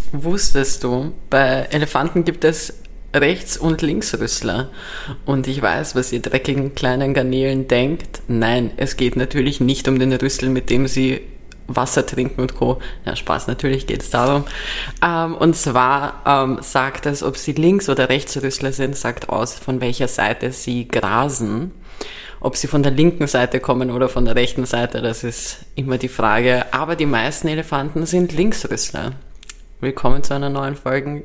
Wusstest du, bei Elefanten gibt es Rechts- und Linksrüssler. Und ich weiß, was ihr dreckigen kleinen Garnelen denkt. Nein, es geht natürlich nicht um den Rüssel, mit dem sie Wasser trinken und Co. Ja, Spaß, natürlich geht es darum. Und zwar sagt es, ob sie Links- oder Rechtsrüssler sind, sagt aus, von welcher Seite sie grasen. Ob sie von der linken Seite kommen oder von der rechten Seite, das ist immer die Frage. Aber die meisten Elefanten sind Linksrüssler. Willkommen zu einer neuen Folge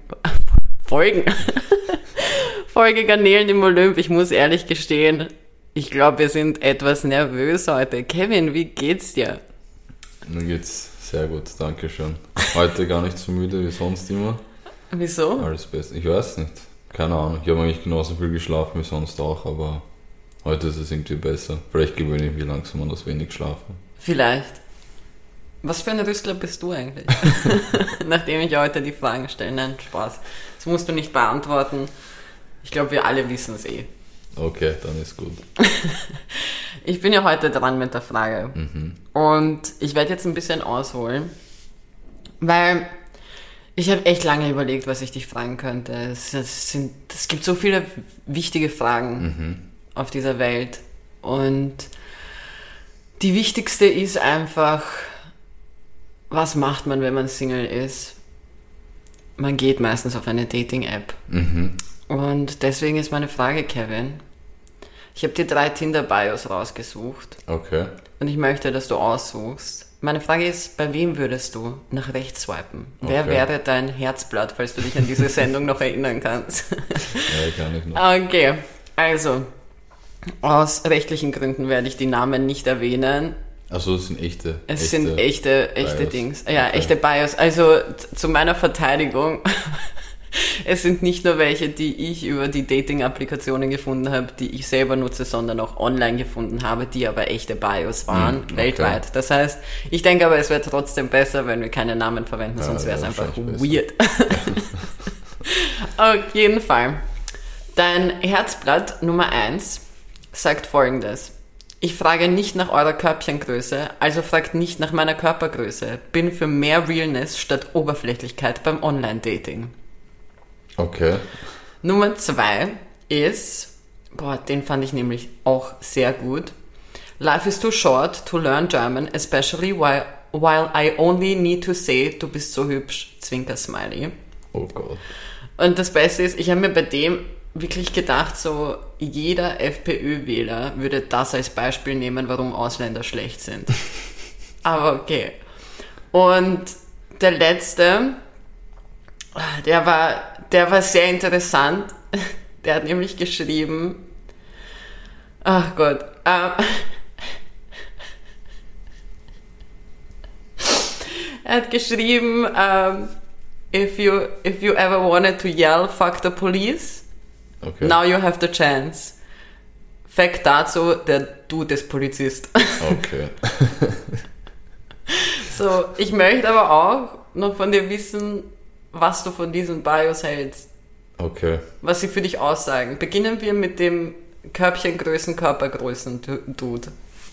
Garnelen im Olymp. Ich muss ehrlich gestehen, ich glaube, wir sind etwas nervös heute. Kevin, wie geht's dir? Mir geht's sehr gut, danke schön. Heute gar nicht so müde wie sonst immer. Wieso? Alles Beste. Ich weiß nicht. Keine Ahnung. Ich habe eigentlich genauso viel geschlafen wie sonst auch, aber heute ist es irgendwie besser. Vielleicht gewöhne ich mich langsam an das wenig Schlafen. Vielleicht. Was für ein Rüssler bist du eigentlich? Nachdem ich heute die Fragen stelle. Nein, Spaß. Das musst du nicht beantworten. Ich glaube, wir alle wissen es eh. Okay, dann ist gut. Ich bin ja heute dran mit der Frage. Und ich werde jetzt ein bisschen ausholen, weil ich habe echt lange überlegt, was ich dich fragen könnte. Es gibt so viele wichtige Fragen auf dieser Welt. Und die wichtigste ist einfach, was macht man, wenn man Single ist? Man geht meistens auf eine Dating-App. Und deswegen ist meine Frage, Kevin, ich habe dir 3 Tinder-Bios rausgesucht. Okay. Und ich möchte, dass du aussuchst. Meine Frage ist, bei wem würdest du nach rechts swipen? Okay. Wer wäre dein Herzblatt, falls du dich an diese Sendung noch erinnern kannst? Ja, kann ich noch. Okay, also, aus rechtlichen Gründen werde ich die Namen nicht erwähnen. Also das sind echte. Es sind echte Bios. Dings. Ja, okay. Echte Bios. Also zu meiner Verteidigung, es sind nicht nur welche, die ich über die Dating-Applikationen gefunden habe, die ich selber nutze, sondern auch online gefunden habe, die aber echte Bios waren, weltweit. Das heißt, ich denke aber, es wäre trotzdem besser, wenn wir keine Namen verwenden, sonst wäre es einfach weird. Auf jeden Fall. Dein Herzblatt Nummer 1 sagt Folgendes. Ich frage nicht nach eurer Körbchengröße, also fragt nicht nach meiner Körpergröße. Bin für mehr Realness statt Oberflächlichkeit beim Online-Dating. Okay. Nummer 2 ist, den fand ich nämlich auch sehr gut. Life is too short to learn German, especially while I only need to say, du bist so hübsch, Zwinker-Smiley. Oh Gott. Und das Beste ist, ich habe mir bei dem wirklich gedacht, so jeder FPÖ-Wähler würde das als Beispiel nehmen, warum Ausländer schlecht sind. Aber okay. Und der letzte, der war sehr interessant. Der hat nämlich geschrieben, ach Gott, er hat geschrieben, if you ever wanted to yell, fuck the police, okay. Now you have the chance. Fact dazu, der Dude ist Polizist. Okay. So, ich möchte aber auch noch von dir wissen, was du von diesen Bios hältst. Okay. Was sie für dich aussagen. Beginnen wir mit dem Körbchengrößen, Körpergrößen-Dude.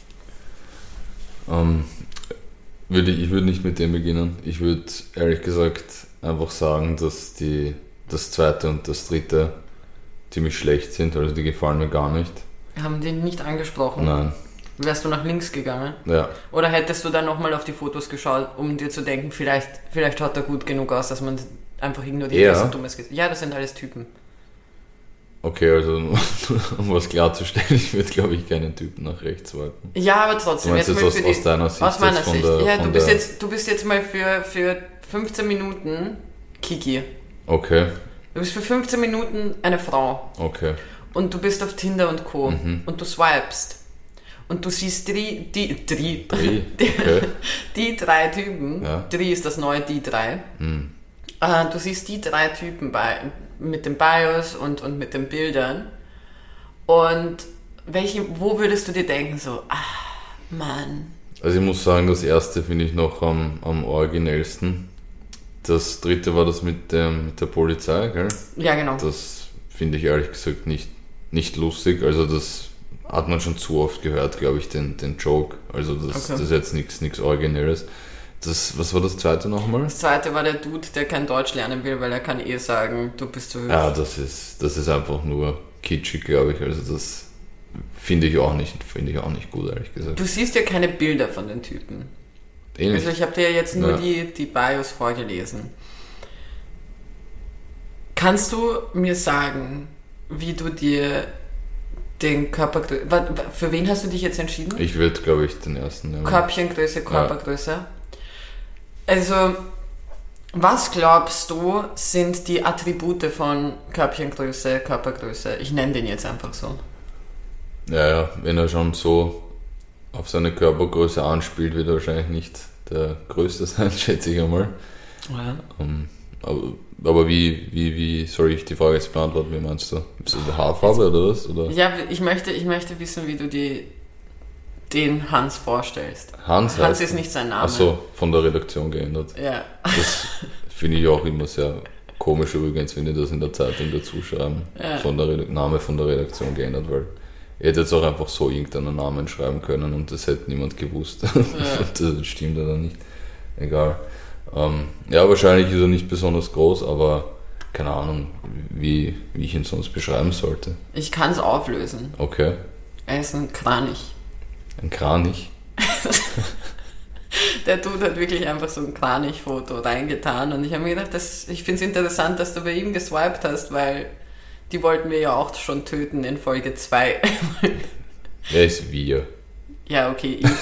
Ich würde nicht mit dem beginnen. Ich würde ehrlich gesagt einfach sagen, dass das zweite und das dritte ziemlich schlecht sind, also die gefallen mir gar nicht. Haben die nicht angesprochen? Nein. Wärst du nach links gegangen? Ja. Oder hättest du dann nochmal auf die Fotos geschaut, um dir zu denken, vielleicht schaut er gut genug aus, dass man einfach ignoriert, dass er dummes Gesicht. Ja, das sind alles Typen. Okay, also um was klarzustellen, ich würde, glaube ich, keinen Typen nach rechts swipen. Ja, aber trotzdem. Du meinst jetzt aus deiner Sicht? Aus meiner Sicht. Ja, du bist jetzt mal für 15 Minuten Kiki. Okay. Du bist für 15 Minuten eine Frau. Okay. Und du bist auf Tinder und Co. Und du swipest. Und du siehst die 3 Typen. Ja. 3 ist das neue die 3. Du siehst die 3 Typen mit den Bios und mit den Bildern. Und wo würdest du dir denken, so, Mann. Also ich muss sagen, das erste finde ich noch am originellsten. Das dritte war das mit der Polizei, gell? Ja, genau. Das finde ich ehrlich gesagt nicht lustig. Also das hat man schon zu oft gehört, glaube ich, den Joke. Also das ist jetzt nichts Originelles. Was war das zweite nochmal? Das zweite war der Dude, der kein Deutsch lernen will, weil er kann sagen, du bist zu hübsch. Ja, das ist einfach nur kitschig, glaube ich. Also das finde ich auch nicht gut, ehrlich gesagt. Du siehst ja keine Bilder von den Typen. Also ich habe dir jetzt nur die Bios vorgelesen. Kannst du mir sagen, wie du dir den Körpergröße... Für wen hast du dich jetzt entschieden? Ich würde, glaube ich, den ersten nehmen. Körbchengröße, Körpergröße. Ja. Also, was glaubst du, sind die Attribute von Körbchengröße, Körpergröße? Ich nenne den jetzt einfach so. Ja, wenn er schon so auf seine Körpergröße anspielt, wird er wahrscheinlich nicht der Größte sein, schätze ich einmal. Ja. Aber wie soll ich die Frage jetzt beantworten? Wie meinst du? Ist das die Haarfarbe oder was? Oder? Ja, ich möchte wissen, wie du den Hans vorstellst. Hans ist nicht sein Name. Achso, von der Redaktion geändert. Ja. Das finde ich auch immer sehr komisch übrigens, wenn die das in der Zeitung dazu schreiben. Ja. Name von der Redaktion geändert, weil er hätte jetzt auch einfach so irgendeinen Namen schreiben können und das hätte niemand gewusst. Ja. Das stimmt oder nicht. Egal. Ja, wahrscheinlich ist er nicht besonders groß, aber keine Ahnung, wie ich ihn sonst beschreiben sollte. Ich kann es auflösen. Okay. Er ist ein Kranich. Ein Kranich? Der Dude hat wirklich einfach so ein Kranich-Foto reingetan und ich habe mir gedacht, ich finde es interessant, dass du bei ihm geswiped hast, weil die wollten wir ja auch schon töten in Folge 2. Wer ist wir? Ja, okay, ich.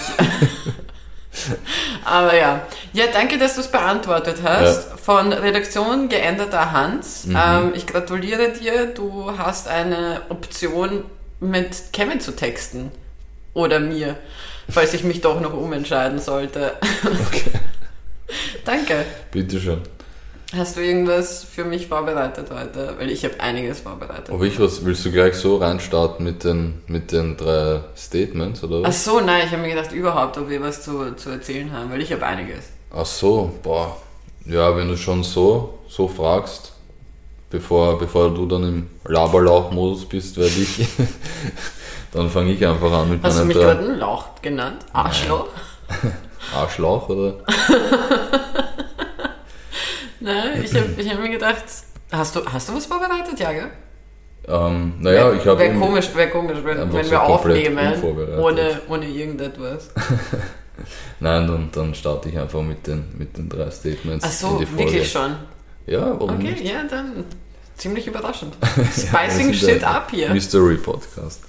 Aber ja. Ja, danke, dass du es beantwortet hast. Ja. Von Redaktion geänderter Hans. Ich gratuliere dir, du hast eine Option mit Kevin zu texten. Oder mir, falls ich mich doch noch umentscheiden sollte. Okay. Danke. Bitteschön. Hast du irgendwas für mich vorbereitet heute? Weil ich habe einiges vorbereitet. Aber willst du gleich so reinstarten mit den 3 Statements, oder was? Ach so, nein, ich habe mir gedacht, überhaupt, ob wir was zu erzählen haben, weil ich habe einiges. Ach so, boah. Ja, wenn du schon so fragst, bevor du dann im Laberlauch-Modus bist, werde ich... Dann fange ich einfach an mit meinen 3... Hast du mich gerade einen Lauch genannt? Arschloch? Arschloch, oder? Nein, ich hab mir gedacht, hast du was vorbereitet, ja, gell? Naja, ich habe... Wäre komisch, wenn wir aufnehmen, ohne irgendetwas. Nein, dann starte ich einfach mit den 3 Statements. Ach so, wirklich schon? Ja, warum nicht? Okay, ja, dann ziemlich überraschend. Spicing shit up hier. Mystery Podcast.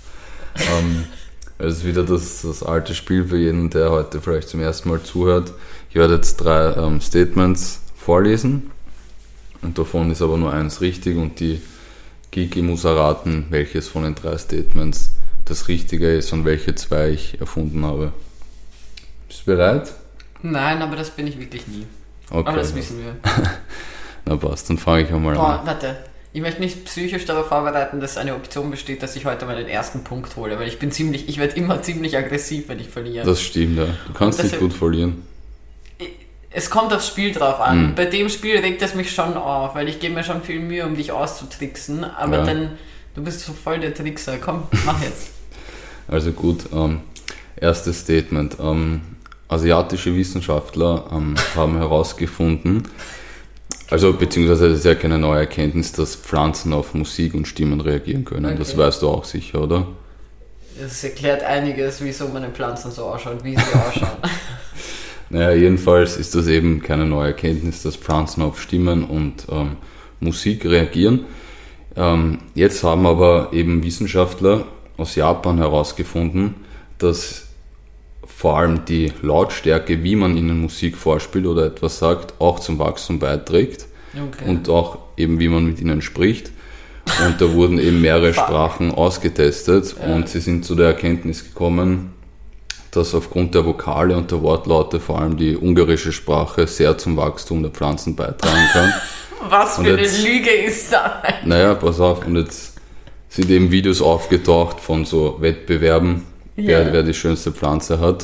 Es ist wieder das alte Spiel für jeden, der heute vielleicht zum ersten Mal zuhört. Ich werde jetzt 3 Statements vorlesen und davon ist aber nur eins richtig und die Kiki muss erraten, welches von den 3 Statements das Richtige ist und welche 2 ich erfunden habe. Bist du bereit? Nein, aber das bin ich wirklich nie. Okay, aber das wissen wir. Na passt, dann fange ich einmal an. Warte. Ich möchte mich psychisch darauf vorbereiten, dass eine Option besteht, dass ich heute mal den ersten Punkt hole, weil ich werde immer ziemlich aggressiv, wenn ich verliere. Das stimmt, ja. Du kannst nicht gut verlieren. Es kommt aufs Spiel drauf an. Bei dem Spiel regt es mich schon auf, weil ich gebe mir schon viel Mühe, um dich auszutricksen, aber dann, du bist so voll der Trickser. Komm, mach jetzt. Also gut, erstes Statement. Asiatische Wissenschaftler haben herausgefunden, also beziehungsweise das ist ja keine neue Erkenntnis, dass Pflanzen auf Musik und Stimmen reagieren können. Okay. Das weißt du auch sicher, oder? Das erklärt einiges, wieso meine Pflanzen so ausschauen, wie sie ausschauen. Naja, jedenfalls ist das eben keine neue Erkenntnis, dass Pflanzen auf Stimmen und Musik reagieren. Jetzt haben aber eben Wissenschaftler aus Japan herausgefunden, dass vor allem die Lautstärke, wie man ihnen Musik vorspielt oder etwas sagt, auch zum Wachstum beiträgt. Okay. Und auch eben, wie man mit ihnen spricht. Und da wurden eben mehrere Sprachen ausgetestet und sie sind zu der Erkenntnis gekommen, dass aufgrund der Vokale und der Wortlaute vor allem die ungarische Sprache sehr zum Wachstum der Pflanzen beitragen kann. Was für eine Lüge ist da? Naja, pass auf, und jetzt sind eben Videos aufgetaucht von so Wettbewerben, wer die schönste Pflanze hat.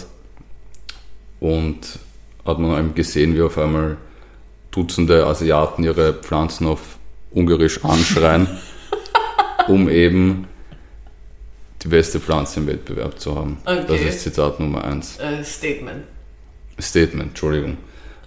Und hat man eben gesehen, wie auf einmal Dutzende Asiaten ihre Pflanzen auf Ungarisch anschreien, um eben die beste Pflanze im Wettbewerb zu haben. Okay. Das ist Zitat Nummer 1. Statement, Entschuldigung.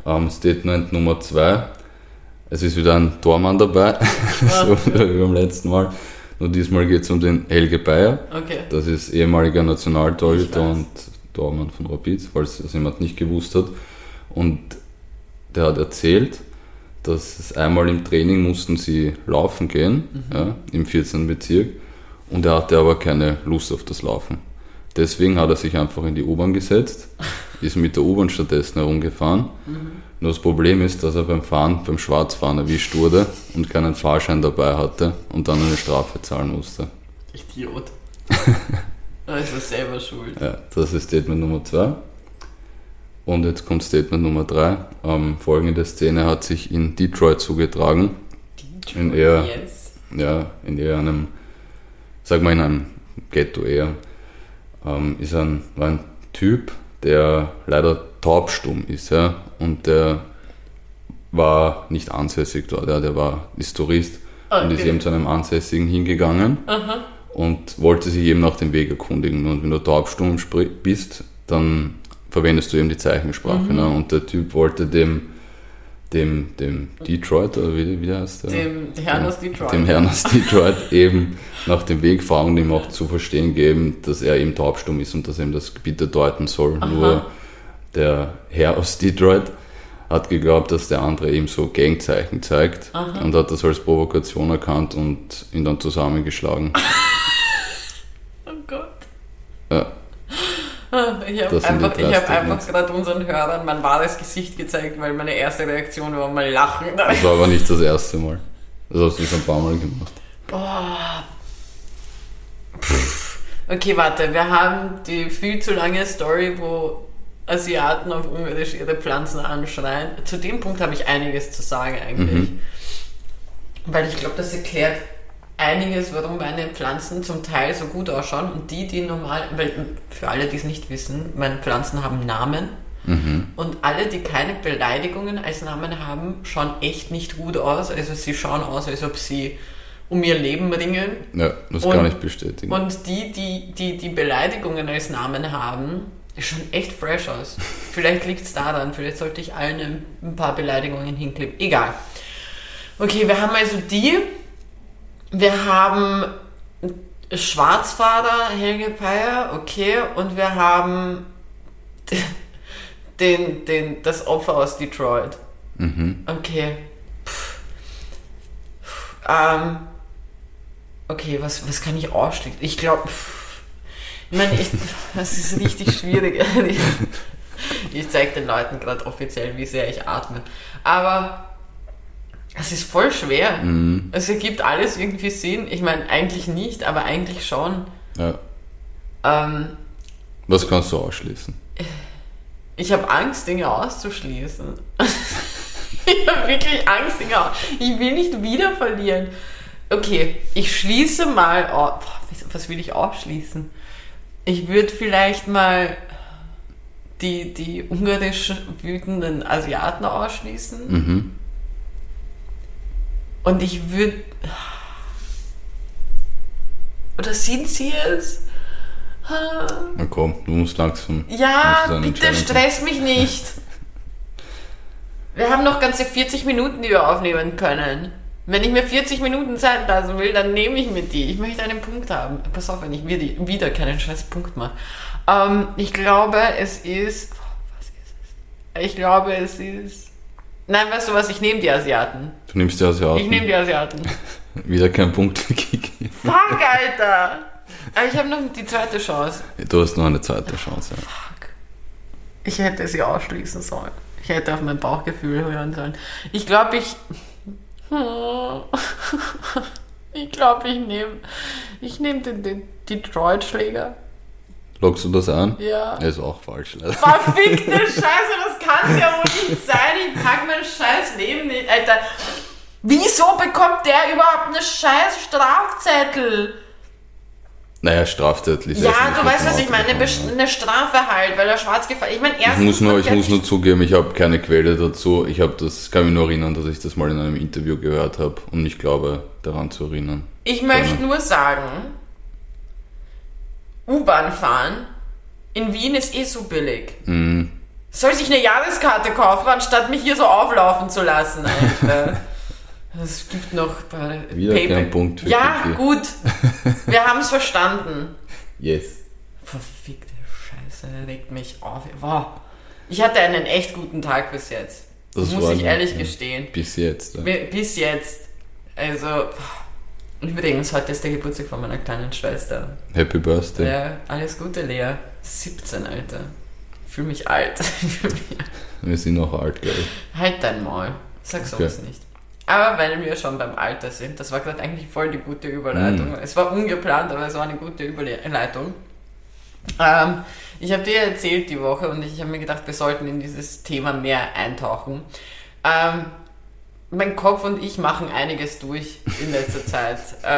Statement Nummer 2. Es ist wieder ein Tormann dabei, so wie beim letzten Mal. Nur diesmal geht es um den Helge Bayer. Okay. Das ist ehemaliger Nationaltorhüter und Tormann von Rapid, falls das jemand nicht gewusst hat. Und der hat erzählt, dass es einmal im Training mussten sie laufen gehen, im 14. Bezirk. Und er hatte aber keine Lust auf das Laufen. Deswegen hat er sich einfach in die U-Bahn gesetzt, ist mit der U-Bahn stattdessen herumgefahren. Nur das Problem ist, dass er beim Schwarzfahren erwischt wurde und keinen Fahrschein dabei hatte und dann eine Strafe zahlen musste. Idiot. Da ist er selber schuld. Ja, das ist Statement Nummer 2. Und jetzt kommt Statement Nummer 3. Folgende Szene hat sich in Detroit zugetragen. In eher einem, sag mal in einem Ghetto eher. War ein Typ, der leider taubstumm ist, ja, und der war nicht ansässig dort, ja, ist Tourist und ist eben zu einem Ansässigen hingegangen und wollte sich eben nach dem Weg erkundigen. Und wenn du taubstumm bist, dann verwendest du eben die Zeichensprache. Ne? Und der Typ wollte dem Detroit, oder wie heißt der? Dem Herrn aus Detroit. Dem Herrn aus Detroit eben nach dem Weg fragen und ihm auch zu verstehen geben, dass er eben taubstumm ist und dass er ihm das bitte deuten soll. Nur der Herr aus Detroit hat geglaubt, dass der andere ihm so Gangzeichen zeigt und hat das als Provokation erkannt und ihn dann zusammengeschlagen. Oh Gott. Ja. Ich habe einfach gerade unseren Hörern mein wahres Gesicht gezeigt, weil meine erste Reaktion war mal lachen. Das war aber nicht das erste Mal. Das hast du schon ein paar Mal gemacht. Boah. Okay, warte. Wir haben die viel zu lange Story, wo Asiaten auf Ungarisch ihre Pflanzen anschreien. Zu dem Punkt habe ich einiges zu sagen eigentlich. Weil ich glaube, das erklärt einiges, warum meine Pflanzen zum Teil so gut ausschauen und die normal, weil für alle, die es nicht wissen, meine Pflanzen haben Namen und alle, die keine Beleidigungen als Namen haben, schauen echt nicht gut aus. Also sie schauen aus, als ob sie um ihr Leben ringen. Ja, das kann ich bestätigen. Und die Beleidigungen als Namen haben, schauen echt fresh aus. Vielleicht liegt es daran, vielleicht sollte ich allen ein paar Beleidigungen hinkleben. Egal. Okay, wir haben also wir haben Schwarzfahrer, Helge Bayer, okay, und wir haben das Opfer aus Detroit. Okay. Okay, was kann ich ausschließen? Ich glaube, das ist richtig schwierig. Ich zeige den Leuten gerade offiziell, wie sehr ich atme. Aber es ist voll schwer. Es ergibt alles irgendwie Sinn. Ich meine, eigentlich nicht, aber eigentlich schon. Ja. Was kannst du ausschließen? Ich habe Angst, Dinge auszuschließen. Ich habe wirklich Angst, ich will nicht wieder verlieren. Okay, ich schließe mal... was will ich ausschließen? Ich würde vielleicht mal die ungarisch wütenden Asiaten ausschließen. Und ich würde... Oder sind sie es? Na komm, du musst langsam... Ja, bitte stress mich nicht. Wir haben noch ganze 40 Minuten, die wir aufnehmen können. Wenn ich mir 40 Minuten Zeit lassen will, dann nehme ich mir die. Ich möchte einen Punkt haben. Pass auf, wenn ich wieder keinen scheiß Punkt mache. Ich glaube, es ist... Was ist es? Ich glaube, es ist... Nein, weißt du was? Ich nehme die Asiaten. Du nimmst die Asiaten? Ich nehme die Asiaten. Wieder kein Punkt gegeben. Fuck, Alter! Aber ich habe noch die zweite Chance. Du hast noch eine zweite Chance, ja. Fuck. Ich hätte sie ausschließen sollen. Ich hätte auf mein Bauchgefühl hören sollen. Ich glaube, ich nehme den Detroit-Schläger. Loggst du das an? Ja. Er ist auch falsch, leider. Verfickte Scheiße, das kann ja wohl nicht sein. Ich pack mein scheiß Leben nicht. Alter, wieso bekommt der überhaupt eine scheiß Strafzettel? Naja, Strafzettel ist ja, du weißt, was ich meine. Eine Strafe halt, weil er schwarz gefallen ist. Ich meine, erstens... Ich muss nur zugeben, ich habe keine Quelle dazu. Kann mich nur erinnern, dass ich das mal in einem Interview gehört habe und ich glaube, daran zu erinnern. Ich möchte nur sagen, U-Bahn fahren in Wien ist eh so billig. Soll sich eine Jahreskarte kaufen, anstatt mich hier so auflaufen zu lassen, Alter. Es gibt noch wieder kein Punkt für Ja, Kiki. gut. Wir haben es verstanden. Yes. Verfickte Scheiße, regt mich auf. Wow. Ich hatte einen echt guten Tag bis jetzt. Das muss ich ehrlich gestehen. Bis jetzt. Ja. Bis jetzt. Also, übrigens, heute ist der Geburtstag von meiner kleinen Schwester. Happy Birthday. Ja, alles Gute, Lea. 17, Alter. Ich fühle mich alt. Wir sind auch alt, glaube ich. Halt dein Maul. Sag sowas nicht. Aber weil wir schon beim Alter sind, das war gerade eigentlich voll die gute Überleitung. Es war ungeplant, aber es war eine gute Überleitung. Ich habe dir erzählt die Woche und ich habe mir gedacht, wir sollten in dieses Thema mehr eintauchen. Mein Kopf und ich machen einiges durch in letzter Zeit.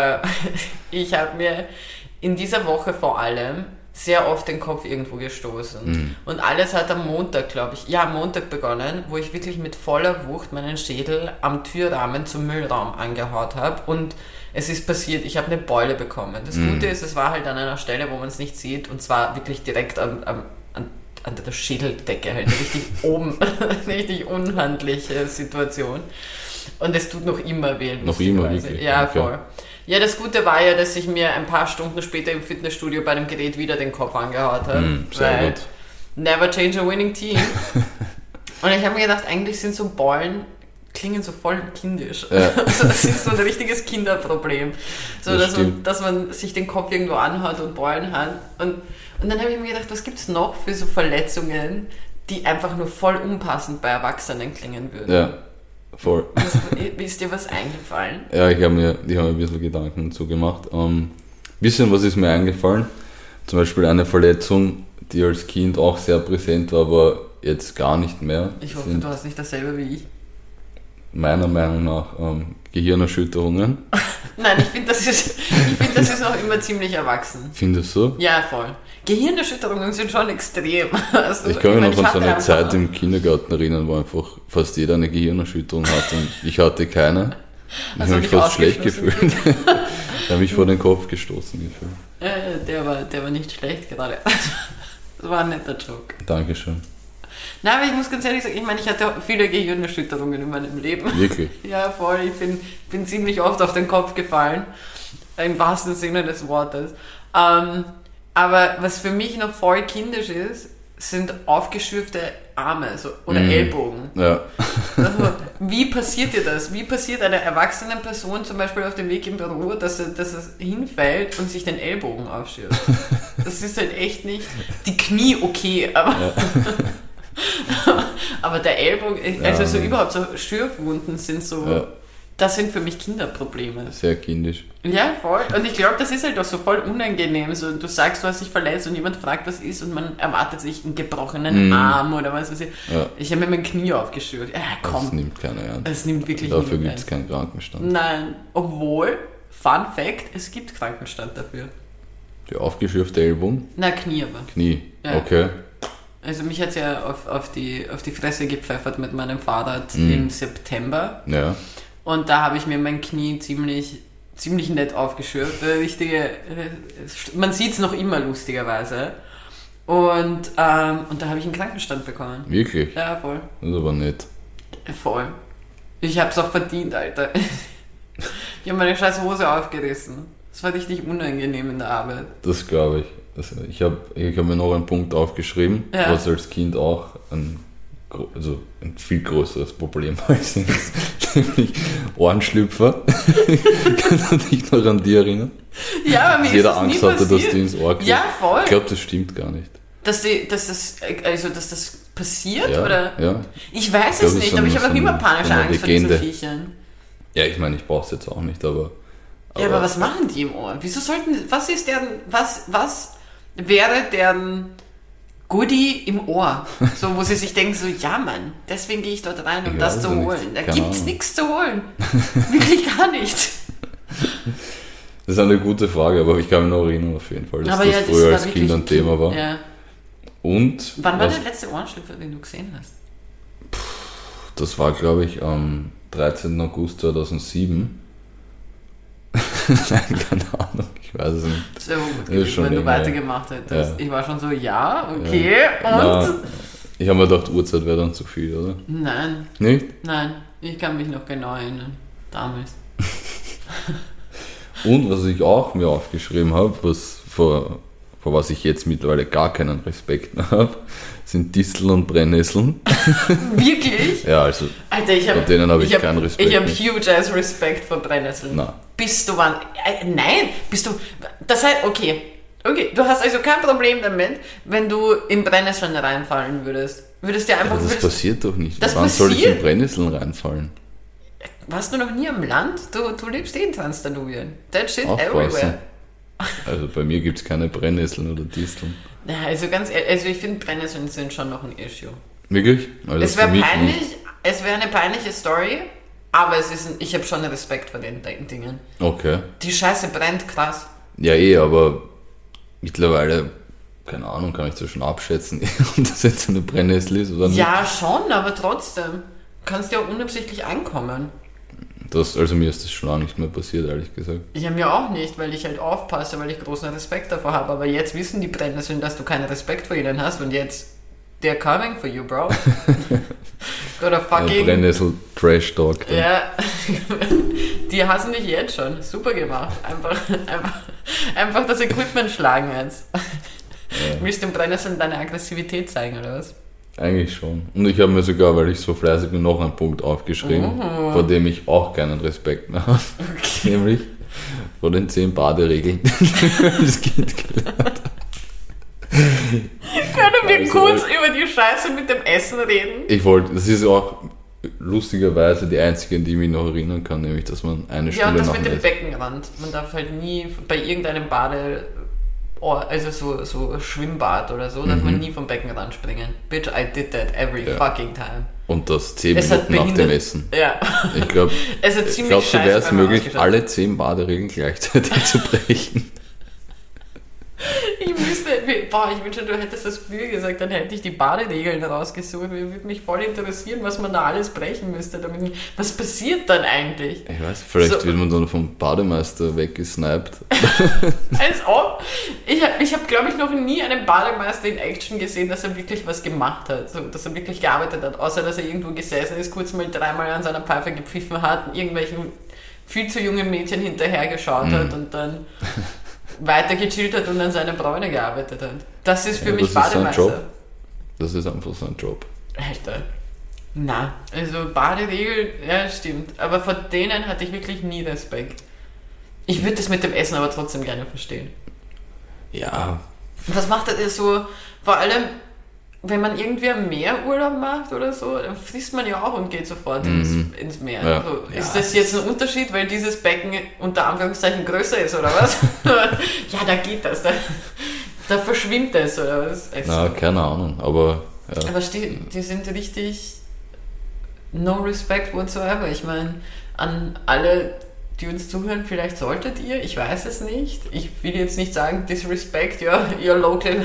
Ich habe mir in dieser Woche vor allem sehr oft den Kopf irgendwo gestoßen. Und alles hat am Montag, glaube ich, am Montag begonnen, wo ich wirklich mit voller Wucht meinen Schädel am Türrahmen zum Müllraum angehaut habe. Und es ist passiert, ich habe eine Beule bekommen. Das Gute ist, es war halt an einer Stelle, wo man es nicht sieht, und zwar wirklich direkt an der Schädeldecke, halt richtig oben. Richtig unhandliche Situation. Und es tut noch immer weh. Noch immer, wirklich? Ja, okay. Voll. Ja, das Gute war ja, dass ich mir ein paar Stunden später im Fitnessstudio bei dem Gerät wieder den Kopf angehaut habe. Sehr gut. Never change a winning team. Und ich habe mir gedacht, eigentlich sind so Beulen, klingen so voll kindisch. Ja. Also das ist so ein richtiges Kinderproblem. So, dass man sich den Kopf irgendwo anhaut und Beulen hat. Und dann habe ich mir gedacht, was gibt es noch für so Verletzungen, die einfach nur voll unpassend bei Erwachsenen klingen würden? Ja. Voll. Ist dir was eingefallen? Ja, ich habe mir ein bisschen Gedanken dazu gemacht. Bisschen was ist mir eingefallen. Zum Beispiel eine Verletzung, die als Kind auch sehr präsent war, aber jetzt gar nicht mehr. Ich hoffe, du hast nicht dasselbe wie ich. Meiner Meinung nach Gehirnerschütterungen. Nein, ich finde, das ist noch immer ziemlich erwachsen. Findest du? Ja, voll. Gehirnerschütterungen sind schon extrem. Also, ich kann mich noch an so eine Zeit im Kindergarten erinnern, wo einfach fast jeder eine Gehirnerschütterung hatte und ich hatte keine. Ich habe mich fast schlecht gefühlt. Ich habe mich vor den Kopf gestoßen gefühlt. Der war nicht schlecht gerade. Das war ein netter Joke. Dankeschön. Nein, aber ich muss ganz ehrlich sagen, ich meine, ich hatte viele Gehirnerschütterungen in meinem Leben. Wirklich? Ja, voll. Ich bin ziemlich oft auf den Kopf gefallen. Im wahrsten Sinne des Wortes. Aber was für mich noch voll kindisch ist, sind aufgeschürfte Arme oder Ellbogen. Ja. Also, wie passiert dir das? Wie passiert einer erwachsenen Person zum Beispiel auf dem Weg im Büro, dass es hinfällt und sich den Ellbogen aufschürft? Das ist halt echt nicht... Die Knie okay, aber... Ja. Aber der Ellbogen... Also so überhaupt so Schürfwunden sind so... Ja. Das sind für mich Kinderprobleme. Sehr kindisch. Ja, voll. Und ich glaube, das ist halt auch so voll unangenehm. So, du sagst, du hast dich verletzt und jemand fragt, was ist, und man erwartet sich einen gebrochenen Arm oder was weiß ich. Ja. Ich habe mir mein Knie aufgeschürt. Ja, komm. Das nimmt keiner ernst. Das nimmt wirklich Dafür gibt es keinen Krankenstand. Nein, obwohl, Fun Fact, es gibt Krankenstand dafür. Die aufgeschürfte Ellbogen? Na, Knie aber. Knie, ja. Okay. Also mich hat es ja auf die Fresse gepfeffert mit meinem Fahrrad im September. Ja. Und da habe ich mir mein Knie ziemlich nett aufgeschürft. Man sieht es noch immer lustigerweise. Und da habe ich einen Krankenstand bekommen. Wirklich? Ja, voll. Das ist aber nett. Voll. Ich habe es auch verdient, Alter. Ich habe meine scheiß Hose aufgerissen. Das war richtig unangenehm in der Arbeit. Das glaube ich. Also ich hab mir noch einen Punkt aufgeschrieben, was als Kind auch ein viel größeres Problem als jetzt, nämlich Ohrenschlüpfer. Kannst du dich noch an die erinnern? Ja, aber mir jeder ist Angst nie hatte, passiert. dass die ins Ohr kriegt. Ja, voll. Ich glaube, das stimmt gar nicht. Dass das passiert, ja, oder? Ja. Ich weiß es nicht, aber ich habe auch immer panische Angst vor diesen Viechern. Ja, ich meine, ich brauche es jetzt auch nicht, aber... Ja, aber was machen die im Ohr? Was wäre deren Goodie im Ohr? So, wo sie sich denken, so, ja Mann, deswegen gehe ich dort rein, um das zu holen. Da gibt es nichts zu holen. Wirklich gar nichts. Das ist eine gute Frage, aber ich kann mich noch erinnern auf jeden Fall, dass das früher als Kind ein Thema war. Ja. Und... Wann war der letzte Ohrenschlüpfer, den du gesehen hast? Das war, glaube ich, am 13. August 2007. Nein, keine Ahnung, ich weiß es nicht. Das wäre gut gewesen, wenn du weitergemacht hättest. Ja. Ich war schon so, ja, okay, ja. und? Ich habe mir gedacht, Uhrzeit wäre dann zu viel, oder? Nein. Nicht? Nein, ich kann mich noch genau erinnern. Damals. Und was ich auch mir aufgeschrieben habe, vor was ich jetzt mittlerweile gar keinen Respekt mehr habe, sind Disteln und Brennnesseln. Wirklich? Ja, also Alter, vor denen habe ich keinen Respekt Ich habe mehr. huge ass Respekt vor Brennnesseln. Nein. Bist du wann? Nein, bist du. Das heißt, okay, du hast also kein Problem damit, wenn du in Brennnesseln reinfallen würdest. Würdest dir einfach. Aber das passiert doch nicht. Das Wann soll ich passiert? in Brennnesseln reinfallen? Warst du noch nie am Land? Du lebst in Transdanubien. That shit Aufpassen. everywhere. Also bei mir gibt es keine Brennnesseln oder Disteln. Ja, also ganz ehrlich, also ich finde Brennnesseln sind schon noch ein Issue. Wirklich? Also Es wäre für mich peinlich, nicht. es wäre eine peinliche Story, aber ich habe schon Respekt vor den Dingen. Okay. Die Scheiße brennt krass. Ja, aber mittlerweile, keine Ahnung, kann ich das schon abschätzen, ob das jetzt eine Brennnessel ist oder nicht. Ja, schon, aber trotzdem. Kannst ja unabsichtlich ankommen. Also mir ist das schon lange nicht mehr passiert, ehrlich gesagt. Ich habe mir auch nicht, weil ich halt aufpasse, weil ich großen Respekt davor habe. Aber jetzt wissen die Brennnesseln, dass du keinen Respekt vor ihnen hast und jetzt, they're coming for you, bro. Oder fucking... Brennnessel Trash Talk. Dann. Ja, die hassen dich jetzt schon. Super gemacht. Einfach das Equipment schlagen jetzt. Ja. Willst du den Brennnesseln deine Aggressivität zeigen, oder was? Eigentlich schon. Und ich habe mir sogar, weil ich so fleißig bin, noch einen Punkt aufgeschrieben, vor dem ich auch keinen Respekt mehr habe. Okay. Nämlich vor den 10 Baderegeln, die wir als Kind gelernt Können wir Also, kurz über die Scheiße mit dem Essen reden? das ist auch lustigerweise die einzige, an die ich mich noch erinnern kann, nämlich, dass man eine Ja, Stunde und das nach mit dem dem Beckenrand. Man darf halt nie bei irgendeinem also so Schwimmbad oder so, darf man nie vom Beckenrand springen. Bitch, I did that every fucking time. Und das 10 Es hat Minuten nach dem behindert- Essen. Ja. Ich glaube, Es hat ziemlich so wäre es scheiße bei mir möglich, ausgeschaut. alle 10 Baderegeln gleichzeitig zu brechen. Ich wünschte, du hättest das früher gesagt, dann hätte ich die Baderegeln rausgesucht. Würde mich voll interessieren, was man da alles brechen müsste. Was passiert dann eigentlich? Ich weiß, vielleicht So. wird man dann vom Bademeister weggesniped. Als ob. Ich hab, glaube ich, noch nie einen Bademeister in Action gesehen, dass er wirklich was gemacht hat. So, dass er wirklich gearbeitet hat. Außer, dass er irgendwo gesessen ist, kurz mal 3-mal an seiner Pfeife gepfiffen hat, irgendwelchen viel zu jungen Mädchen hinterher geschaut hat und dann weiter gechillt hat und an seiner Bräune gearbeitet hat. Das ist für Ja, mich das ist sein Bademeister. Job. Das ist einfach sein Job. Alter. Na, also Baderegel, ja, stimmt. Aber vor denen hatte ich wirklich nie Respekt. Ich würde das mit dem Essen aber trotzdem gerne verstehen. Ja, Was macht er so, vor allem, wenn man irgendwie am Meer Urlaub macht oder so, dann frisst man ja auch und geht sofort ins Meer. Ja. Also, Ja, ist das jetzt ein Unterschied, weil dieses Becken unter Anführungszeichen größer ist, oder was? Ja, da geht das, da verschwimmt es, oder was? Also, na, keine Ahnung, aber ja. aber die sind richtig no respect whatsoever. Ich meine, an alle, die uns zuhören, vielleicht solltet ihr, ich weiß es nicht. Ich will jetzt nicht sagen, disrespect your local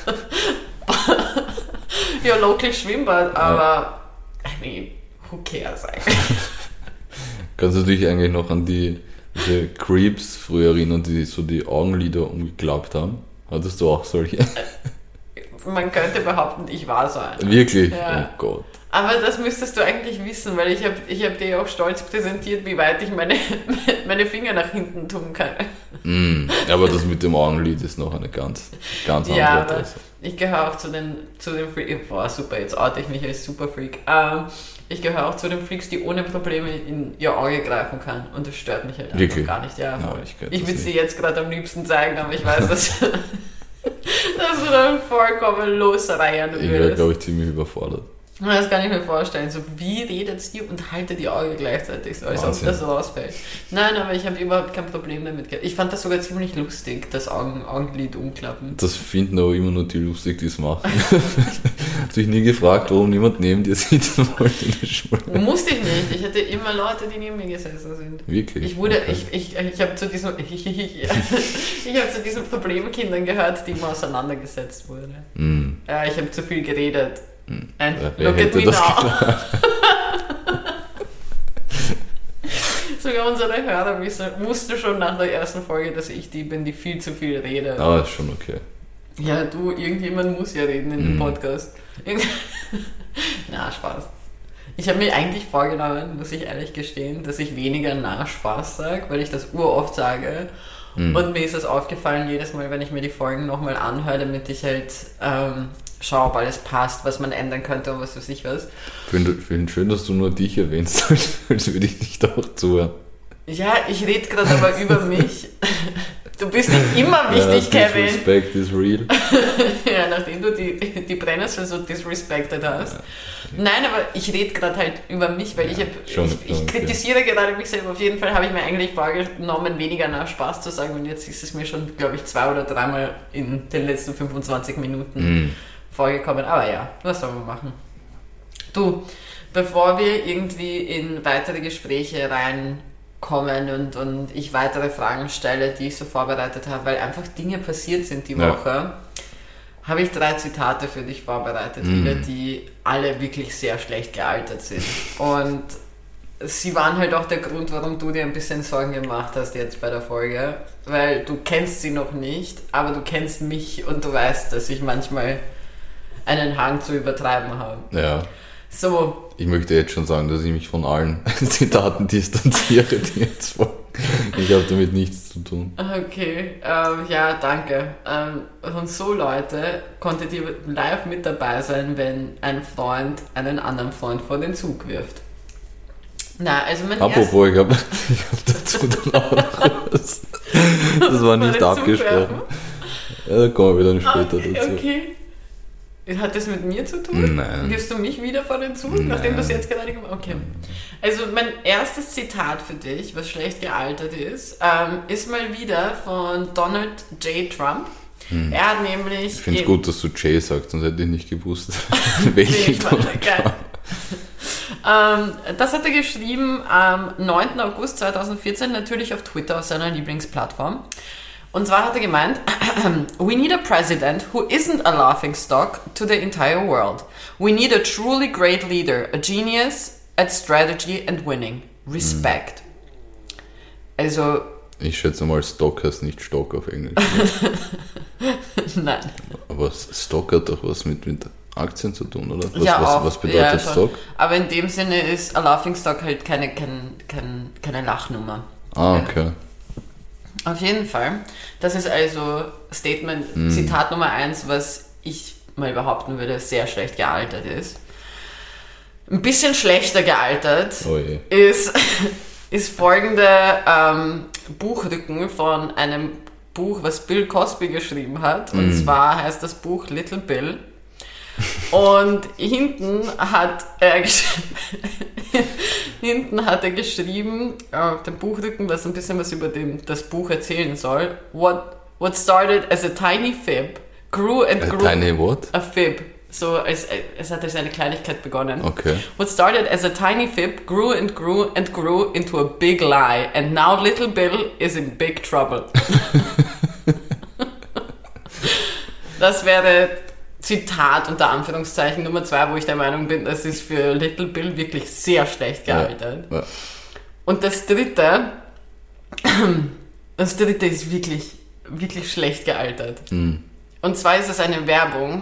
your local Schwimmbad, aber I mean, who cares eigentlich? Kannst du dich eigentlich noch an diese Creeps früher erinnern, die so die Augenlider umgeklappt haben? Hattest du auch solche? Man könnte behaupten, ich war so einer. Wirklich? Ja. Oh Gott. Aber das müsstest du eigentlich wissen, weil ich hab dir auch stolz präsentiert, wie weit ich meine Finger nach hinten tun kann. Aber das mit dem Augenlid ist noch eine ganz andere Ja, aber Adresse. ich gehöre auch zu den Freaks. Boah, super, jetzt oute ich mich als Superfreak. Ich gehöre auch zu den Freaks, die ohne Probleme in ihr Auge greifen kann. Und das stört mich halt einfach Wirklich? gar nicht. Ja, Ja, voll. ich könnte Ich das würde es dir nicht. jetzt gerade am liebsten zeigen, aber ich weiß, dass du dann vollkommen losreihen Ich wäre, würdest. glaube ich, ziemlich überfordert. Das kann ich mir vorstellen. So, wie redet sie und haltet die Augen gleichzeitig, so, als ob Wahnsinn. das rausfällt. Nein, aber ich habe überhaupt kein Problem damit gehabt. Ich fand das sogar ziemlich lustig, das Augenlid umklappen. Das finden aber immer nur die lustig, die es machen. Hast dich nie gefragt, warum niemand neben dir sitzen wollte in der Schule? Musste ich nicht. Ich hatte immer Leute, die neben mir gesessen sind. Wirklich? Ich habe zu diesen ich habe zu diesen Problemkindern gehört, die immer auseinandergesetzt wurden. Ja, ich habe zu viel geredet. And Wer look at hätte me das now. gedacht? Sogar unsere Hörer wussten schon nach der ersten Folge, dass ich die bin, die viel zu viel rede. Aber ist schon okay. Ja, irgendjemand muss ja reden in dem Podcast. Na, Spaß. Ich habe mir eigentlich vorgenommen, muss ich ehrlich gestehen, dass ich weniger Spaß sage, weil ich das uroft sage. Und mir ist das aufgefallen, jedes Mal, wenn ich mir die Folgen nochmal anhöre, damit ich halt schaue, ob alles passt, was man ändern könnte und was weiß ich was. Ich finde schön, dass du nur dich erwähnst, als würde ich nicht auch zuhören. Ja, ich rede gerade aber über mich. Du bist nicht immer wichtig, Kevin. Disrespect is real. Ja, nachdem du die Brennnessel so disrespected hast. Ja. Nein, aber ich rede gerade halt über mich, weil ich kritisiere gerade mich selber. Auf jeden Fall habe ich mir eigentlich vorgenommen, weniger Spaß zu sagen und jetzt ist es mir schon, glaube ich, 2 oder 3 Mal in den letzten 25 Minuten vorgekommen. Aber ja, was soll man machen? Du, bevor wir irgendwie in weitere Gespräche reinkommen und ich weitere Fragen stelle, die ich so vorbereitet habe, weil einfach Dinge passiert sind die Woche, habe ich 3 Zitate für dich vorbereitet, wieder, die alle wirklich sehr schlecht gealtert sind. Und sie waren halt auch der Grund, warum du dir ein bisschen Sorgen gemacht hast jetzt bei der Folge, weil du kennst sie noch nicht, aber du kennst mich und du weißt, dass ich manchmal einen Hang zu übertreiben habe. Ja. So. Ich möchte jetzt schon sagen, dass ich mich von allen Zitaten distanziere, die jetzt folgen. Ich habe damit nichts zu tun. Okay, ja, danke. Und so, Leute, konntet ihr live mit dabei sein, wenn ein Freund einen anderen Freund vor den Zug wirft. Na, also apropos, ich hab dazu dann auch noch was. Das war nicht abgesprochen. Ja, da kommen wir dann später dazu. Okay. Hat das mit mir zu tun? Nein. Wirfst du mich wieder vor den Zug, nachdem du es jetzt gerade gemacht hast? Okay. Also mein erstes Zitat für dich, was schlecht gealtert ist mal wieder von Donald J. Trump. Er hat nämlich... Ich finde es gut, dass du Jay sagst, sonst hätte ich nicht gewusst, welchen Donald Trump. Das hat er geschrieben am 9. August 2014, natürlich auf Twitter, auf seiner Lieblingsplattform. Und zwar hat er gemeint, we need a president who isn't a laughingstock to the entire world. We need a truly great leader, a genius at strategy and winning. Respect. Also... Ich schätze mal, Stock heißt nicht Stock auf Englisch. Nein. Aber Stock hat doch was mit Aktien zu tun, oder? Was ja, bedeutet Stock? Aber in dem Sinne ist a laughingstock halt keine Lachnummer. Ah, okay. Auf jeden Fall. Das ist also Statement, Zitat Nummer 1, was ich mal behaupten würde, sehr schlecht gealtert ist. Ein bisschen schlechter gealtert ist folgende Buchrücken von einem Buch, was Bill Cosby geschrieben hat. Und zwar heißt das Buch Little Bill. Und hinten hat er geschrieben, auf dem Buchrücken, was ein bisschen was über das Buch erzählen soll. What started as a tiny fib grew and grew... Tiny what? A fib. So, es hat als eine Kleinigkeit begonnen. Okay. What started as a tiny fib grew and grew and grew into a big lie. And now Little Bill is in big trouble. Das wäre... Zitat unter Anführungszeichen Nummer 2, wo ich der Meinung bin, das ist für Little Bill wirklich sehr schlecht gealtert. Ja. Und das dritte ist wirklich, wirklich schlecht gealtert. Und zwar ist es eine Werbung.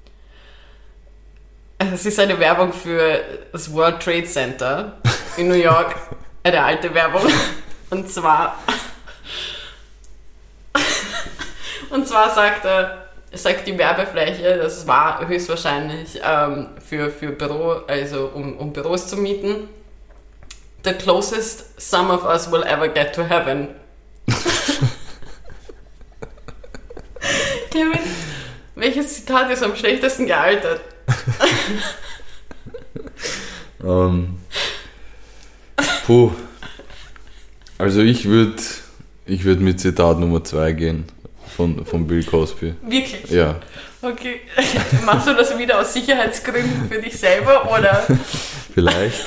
Es ist eine Werbung für das World Trade Center in New York. Eine alte Werbung. Und zwar sagt die Werbefläche, das war höchstwahrscheinlich für Büro, also um Büros zu mieten. The closest some of us will ever get to heaven. Kevin, welches Zitat ist am schlechtesten gealtert? Also ich würde mit Zitat Nummer 2 gehen. Von Bill Cosby. Wirklich? Ja. Okay. Machst du das wieder aus Sicherheitsgründen für dich selber, oder? Vielleicht.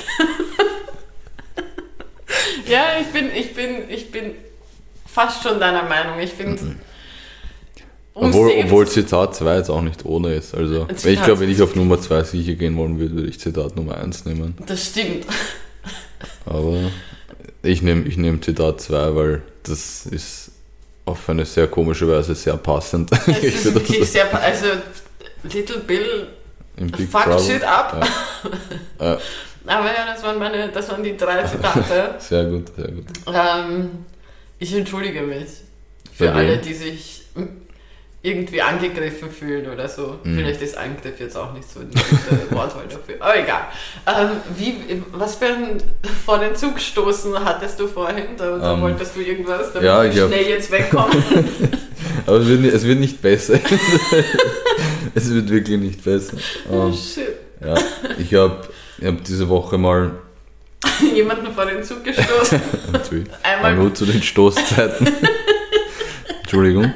Ja, ich bin fast schon deiner Meinung. Ich finde... Obwohl Zitat 2 jetzt auch nicht ohne ist. Also, ich glaube, wenn ich auf Nummer 2 sicher gehen wollen würde, würde ich Zitat Nummer 1 nehmen. Das stimmt. Aber ich nehm Zitat 2, weil das ist auf eine sehr komische Weise sehr passend. Es ist wirklich sehr passend. Also Little Bill im Big Fuck Brother. shit up. Ja. Aber ja, das waren die 3 Zitate. Sehr gut, sehr gut. Ich entschuldige mich Bei für alle, wem? die sich irgendwie angegriffen fühlen oder so. Vielleicht ist Angriff jetzt auch nicht so ein gute Wortwahl dafür. Aber egal. Was für ein vor den Zug stoßen hattest du vorhin? Da wolltest du irgendwas, damit ja, wir schnell jetzt wegkommen? Aber es wird nicht besser. Es wird wirklich nicht besser. Oh shit. Ja, ich hab diese Woche mal Jemanden vor den Zug gestoßen. Einmal nur zu den Stoßzeiten. Entschuldigung.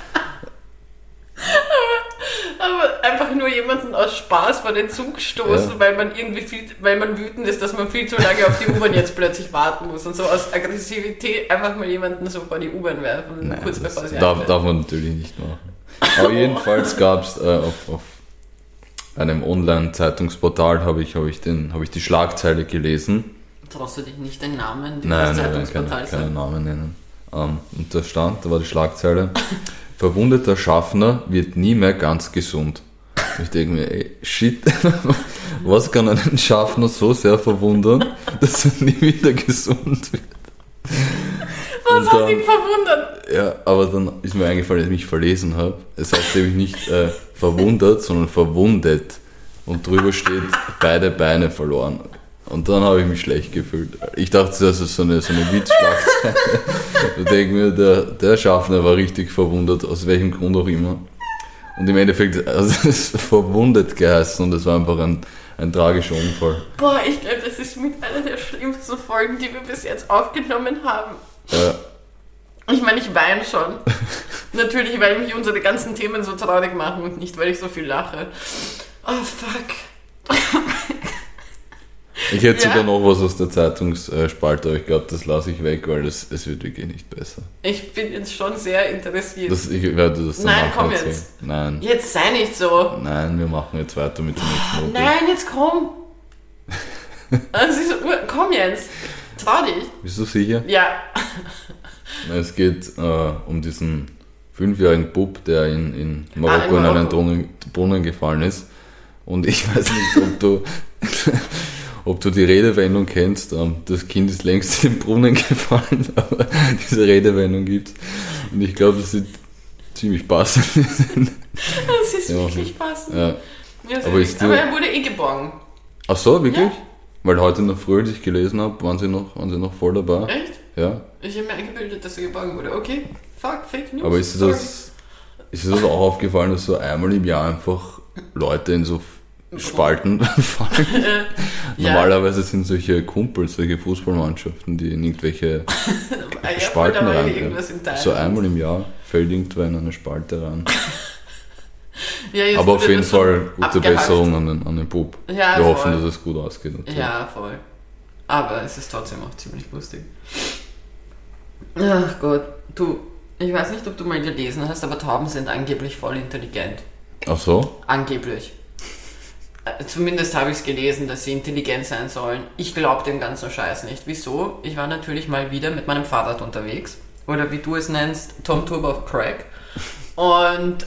Aber einfach nur jemanden aus Spaß vor den Zug stoßen, Ja. weil man wütend ist, dass man viel zu lange auf die U-Bahn jetzt plötzlich warten muss. Und so aus Aggressivität einfach mal jemanden so vor die U-Bahn werfen, Nein, kurz bevor sie darf man natürlich nicht machen. Aber jedenfalls gab es auf einem Online-Zeitungsportal habe ich die Schlagzeile gelesen. Traust du dich nicht den Namen dieses Nein, Zeitungsportals keine Namen nennen. Und da war die Schlagzeile: Verwundeter Schaffner wird nie mehr ganz gesund. Ich denke mir, ey, shit, was kann einen Schaffner so sehr verwundern, dass er nie wieder gesund wird? Was hat ihn verwundert? Ja, aber dann ist mir eingefallen, dass ich mich verlesen habe. Es heißt nämlich nicht verwundert, sondern verwundet. Und drüber steht, beide Beine verloren. Und dann habe ich mich schlecht gefühlt. Ich dachte, das ist so eine Witzschlagzeile. Da denke mir, der Schaffner war richtig verwundert, aus welchem Grund auch immer. Und im Endeffekt, also es ist verwundet geheißen und es war einfach ein tragischer Unfall. Boah, ich glaube, das ist mit einer der schlimmsten Folgen, die wir bis jetzt aufgenommen haben. Ja. Ich meine, ich weine schon. Natürlich, weil mich unsere ganzen Themen so traurig machen und nicht, weil ich so viel lache. Oh, fuck. Ich hätte sogar noch was aus der Zeitungsspalte, aber ich glaube, das lasse ich weg, weil es wird wirklich nicht besser. Ich bin jetzt schon sehr interessiert. Ich werde das dann Nein, nachher komm erzählen. jetzt. Nein. Jetzt sei nicht so. Nein, wir machen jetzt weiter mit dem nächsten Rubrik. Nein, jetzt komm. Komm jetzt. Trau dich. Bist du sicher? Ja. Es geht um diesen 5-jährigen Bub, der in Marokko in einen Brunnen gefallen ist. Und ich weiß nicht, ob du die Redewendung kennst. Das Kind ist längst in den Brunnen gefallen, aber diese Redewendung gibt's. Und ich glaube, das ist ziemlich passend. Das ist Ja, wirklich passend. Ja. Ja, Aber aber er wurde geborgen. Ach so, wirklich? Ja. Weil heute in der Früh, als ich gelesen habe, waren sie noch voll dabei. Echt? Ja. Ich habe mir eingebildet, dass er geborgen wurde. Okay, fuck, Fake News. Aber ist dir das auch aufgefallen, dass so einmal im Jahr einfach Leute in so Spalten fallen? Ja. Normalerweise sind solche Kumpels, solche Fußballmannschaften, die in irgendwelche Spalten rein. So einmal im Jahr fällt irgendwer in eine Spalte rein. Ja, jetzt Aber auf wurde jeden das so Fall gute abgehackt. Besserung an den Bub. Ja, Wir voll. hoffen, dass es gut ausgeht. Natürlich. Ja, voll. Aber es ist trotzdem auch ziemlich lustig. Ach Gott, du, ich weiß nicht, ob du mal gelesen hast, aber Tauben sind angeblich voll intelligent. Ach so? Angeblich. Zumindest habe ich es gelesen, dass sie intelligent sein sollen. Ich glaube den ganzen Scheiß nicht. Wieso? Ich war natürlich mal wieder mit meinem Fahrrad unterwegs. Oder wie du es nennst, Tom Turbo auf Crack. Und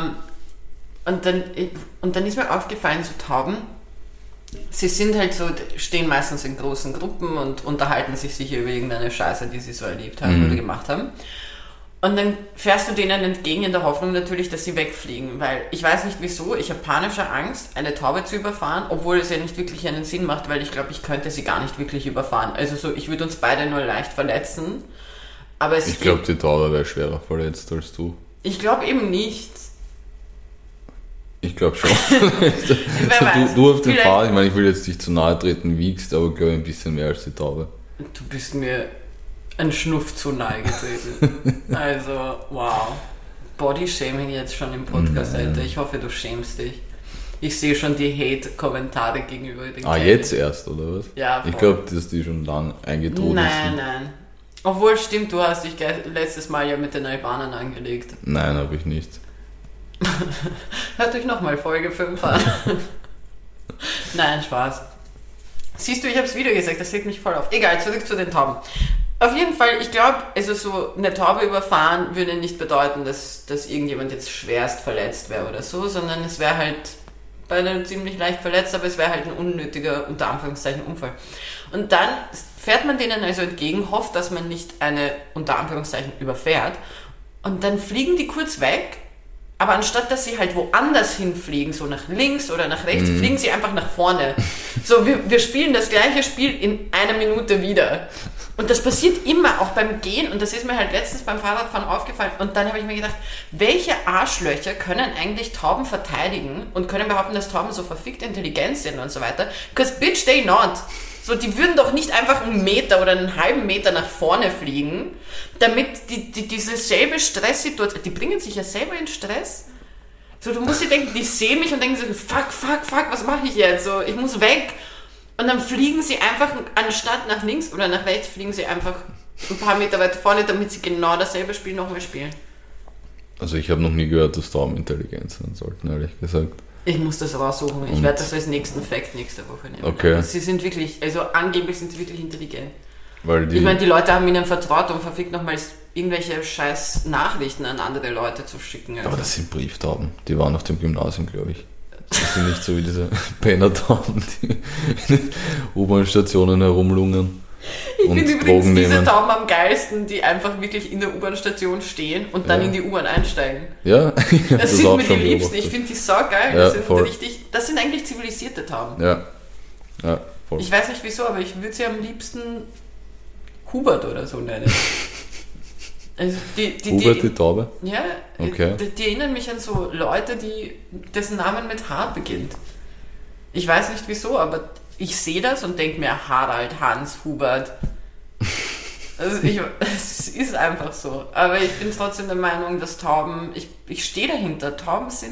dann ist mir aufgefallen, so Tauben, sie sind halt so, stehen meistens in großen Gruppen und unterhalten sich sicher über irgendeine Scheiße, die sie so erlebt haben oder gemacht haben. Und dann fährst du denen entgegen in der Hoffnung natürlich, dass sie wegfliegen, weil ich weiß nicht wieso, ich habe panische Angst, eine Taube zu überfahren, obwohl es ja nicht wirklich einen Sinn macht, weil ich glaube, ich könnte sie gar nicht wirklich überfahren. Also so, ich würde uns beide nur leicht verletzen. Aber Ich glaube, die Taube wäre schwerer verletzt als du. Ich glaube eben nicht. Ich glaube schon. Wer weiß. Du auf dem Vielleicht- Fahrrad, ich meine, ich will jetzt nicht zu nahe treten, wiegst, aber glaube ein bisschen mehr als die Taube. Du bist mir ein Schnuff zu nahe getreten. Also, wow. Bodyshaming jetzt schon im Podcast, Alter. Ich hoffe, du schämst dich. Ich sehe schon die Hate-Kommentare gegenüber den Ah, Kleinen. jetzt erst, oder was? Ja, voll. Ich glaube, dass die schon lang eingetrodet Nein, sind. nein. Obwohl, stimmt, du hast dich letztes Mal ja mit den Albanern angelegt. Nein, habe ich nicht. Hört euch nochmal Folge 5 an. Nein, Spaß. Siehst du, ich habe es wieder gesagt, das regt mich voll auf. Egal, zurück zu den Tauben. Auf jeden Fall, ich glaube, also so eine Taube überfahren würde nicht bedeuten, dass irgendjemand jetzt schwerst verletzt wäre oder so, sondern es wäre halt beide ziemlich leicht verletzt, aber es wäre halt ein unnötiger, unter Anführungszeichen, Unfall. Und dann fährt man denen also entgegen, hofft, dass man nicht eine, unter Anführungszeichen, überfährt. Und dann fliegen die kurz weg, aber anstatt, dass sie halt woanders hinfliegen, so nach links oder nach rechts, fliegen sie einfach nach vorne. So, wir spielen das gleiche Spiel in einer Minute wieder. Und das passiert immer, auch beim Gehen. Und das ist mir halt letztens beim Fahrradfahren aufgefallen. Und dann habe ich mir gedacht, welche Arschlöcher können eigentlich Tauben verteidigen und können behaupten, dass Tauben so verfickt intelligent sind und so weiter. Because bitch, they not. So, die würden doch nicht einfach 1 Meter oder einen halben Meter nach vorne fliegen, damit diese selbe Stresssituation, die bringen sich ja selber in Stress. So, du musst dir denken, die sehen mich und denken so, fuck, was mache ich jetzt? So, ich muss weg. Und dann fliegen sie einfach, anstatt nach links oder nach rechts, fliegen sie einfach ein paar Meter weiter vorne, damit sie genau dasselbe Spiel nochmal spielen. Also ich habe noch nie gehört, dass Tauben intelligent sein sollten, ehrlich gesagt. Ich muss das raussuchen. Ich werde das als nächsten Fact nächste Woche nehmen. Okay. Aber sie sind wirklich, also angeblich sind sie wirklich intelligent. Weil Ich meine, die Leute haben ihnen vertraut, um verfickt nochmals irgendwelche scheiß Nachrichten an andere Leute zu schicken. Also. Aber das sind Brieftauben. Die waren auf dem Gymnasium, glaube ich. Das sind nicht so wie diese Pennertauben, die in den U-Bahn-Stationen herumlungern. Ich und finde übrigens Drogen diese nehmen. Tauben am geilsten, die einfach wirklich in der U-Bahn-Station stehen und dann in die U-Bahn einsteigen. Ja, ich hab Das sind auch mir die schon Liebsten. beobachtet. Ich finde die saugeil. Ja, Das sind voll. das sind eigentlich zivilisierte Tauben. Ja, voll. Ich weiß nicht wieso, aber ich würde sie am liebsten Hubert oder so nennen. Also Hubert die Taube? Ja, Okay. die erinnern mich an so Leute, dessen Namen mit H beginnt. Ich weiß nicht wieso, aber ich sehe das und denke mir Harald, Hans, Hubert. Also es ist einfach so. Aber ich bin trotzdem der Meinung, dass Tauben, ich stehe dahinter, Tauben sind,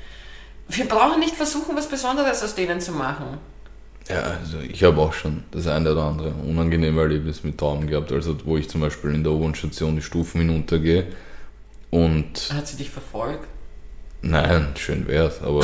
wir brauchen nicht versuchen, was Besonderes aus denen zu machen. Ja, also ich habe auch schon das eine oder andere unangenehme Erlebnis mit Tauben gehabt. Also wo ich zum Beispiel in der U-Bahn-Station die Stufen hinuntergehe und... Hat sie dich verfolgt? Nein, schön wär's, aber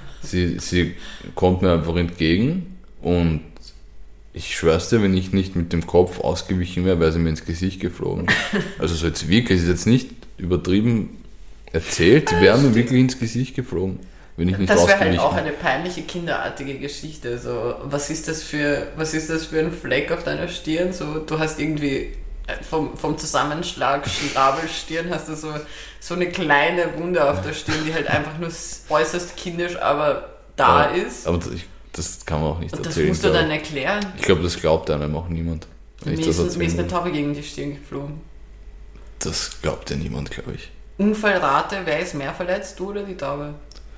sie kommt mir einfach entgegen und ich schwör's dir, wenn ich nicht mit dem Kopf ausgewichen wäre, wäre sie mir ins Gesicht geflogen. Also so jetzt wirklich, es ist jetzt nicht übertrieben erzählt, sie wären mir wirklich ins Gesicht geflogen, wenn ich nicht Das wäre ausgewichen halt auch eine peinliche, kinderartige Geschichte. So, was ist das für ein Fleck auf deiner Stirn? So, du hast irgendwie vom Zusammenschlag Schnabelstirn hast du so eine kleine Wunde auf der Stirn, die halt einfach nur äußerst kindisch, aber da ist. Aber das kann man auch nicht Und das erzählen. musst du dann erklären. Ich glaube, das glaubt einem auch niemand. Wenn Mir ich das ist eine erzähle. Taube gegen die Stirn geflogen. Das glaubt ja niemand, glaube ich. Unfallrate, wer ist mehr verletzt, du oder die Taube?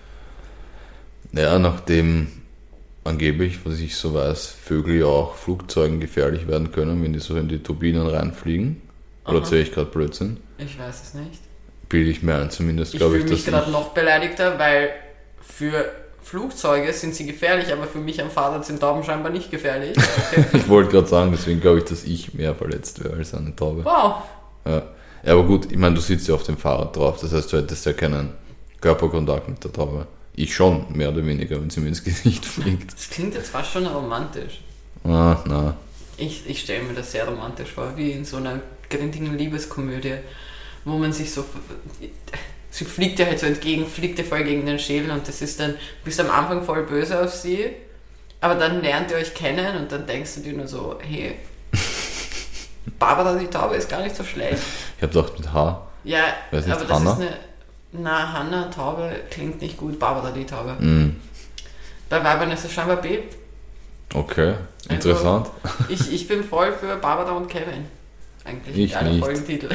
Ja, nachdem angeblich, was ich so weiß, Vögel ja auch Flugzeugen gefährlich werden können, wenn die so in die Turbinen reinfliegen. Oder erzähle ich gerade Blödsinn? Ich weiß es nicht. Bilde ich mir ein, zumindest Ich glaube fühle ich, mich dass gerade noch beleidigter, weil für Flugzeuge sind sie gefährlich, aber für mich am Fahrrad sind Tauben scheinbar nicht gefährlich. Okay. ich wollte gerade sagen, deswegen glaube ich, dass ich mehr verletzt wäre als eine Taube. Wow. Ja, aber gut, ich meine, du sitzt ja auf dem Fahrrad drauf, das heißt, du hättest ja keinen Körperkontakt mit der Taube. Ich schon, mehr oder weniger, wenn sie mir ins Gesicht fliegt. Das klingt jetzt fast schon romantisch. Ah, na. Ich stelle mir das sehr romantisch vor, wie in so einer grindigen Liebeskomödie, wo man sich so... Sie fliegt dir halt so entgegen, fliegt dir voll gegen den Schädel und das ist dann, du bist am Anfang voll böse auf sie, aber dann lernt ihr euch kennen und dann denkst du dir nur so, hey, Barbara die Taube ist gar nicht so schlecht. Ich habe gedacht mit H. Ja, Weiß nicht, aber das Hanna? ist eine... Na, Hanna Taube klingt nicht gut, Barbara die Taube. Mm, Bei Weibern ist es scheinbar B. okay, interessant. Also, ich bin voll für Barbara und Kevin. Eigentlich Ich alle nicht. Folgentitel.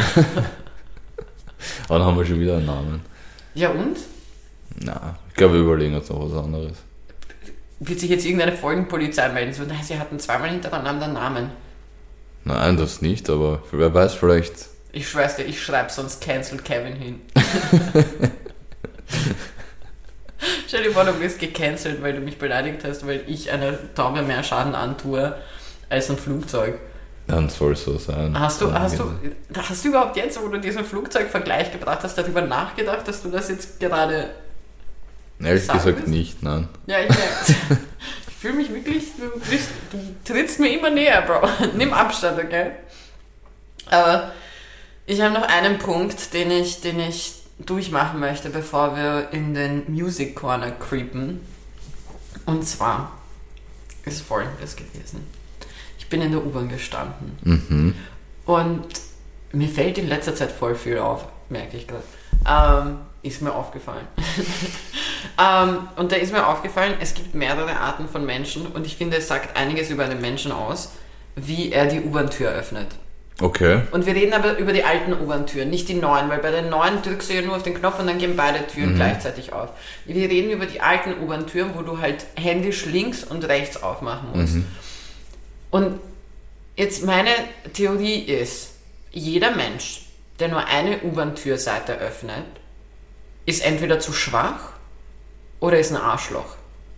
Aber dann haben wir schon wieder einen Namen. Ja und? Na, ich glaube, wir überlegen uns noch was anderes. Wird sich jetzt irgendeine Folgenpolizei melden? So, nein, sie hatten zweimal hintereinander Namen. Nein, das nicht, aber wer weiß, vielleicht... Ich schwör's dir, ich schreibe sonst Cancel Kevin hin. Stell dir vor, du wirst gecancelt, weil du mich beleidigt hast, weil ich einer Taube mehr Schaden antue als ein Flugzeug. Dann soll es so sein. Hast du überhaupt jetzt, wo du diesen Flugzeugvergleich gebracht hast, darüber nachgedacht, dass du das jetzt gerade... Ehrlich sagen gesagt willst? nicht, nein. Ja, ich merke. Ich fühle mich wirklich... Du trittst mir immer näher, Bro. Nimm Abstand, okay? Aber ich habe noch einen Punkt, den ich durchmachen möchte, bevor wir in den Music Corner creepen. Und zwar ist Folgendes gewesen. Ich bin in der U-Bahn gestanden. Und mir fällt in letzter Zeit voll viel auf, merke ich gerade. Ist mir aufgefallen. Und da ist mir aufgefallen, es gibt mehrere Arten von Menschen und ich finde, es sagt einiges über einen Menschen aus, wie er die U-Bahn-Tür öffnet. Okay. Und wir reden aber über die alten U-Bahn-Türen, nicht die neuen, weil bei den neuen drückst du ja nur auf den Knopf und dann gehen beide Türen gleichzeitig auf. Wir reden über die alten U-Bahn-Türen, wo du halt händisch links und rechts aufmachen musst. Und jetzt meine Theorie ist, jeder Mensch, der nur eine U-Bahn-Türseite öffnet, ist entweder zu schwach oder ist ein Arschloch.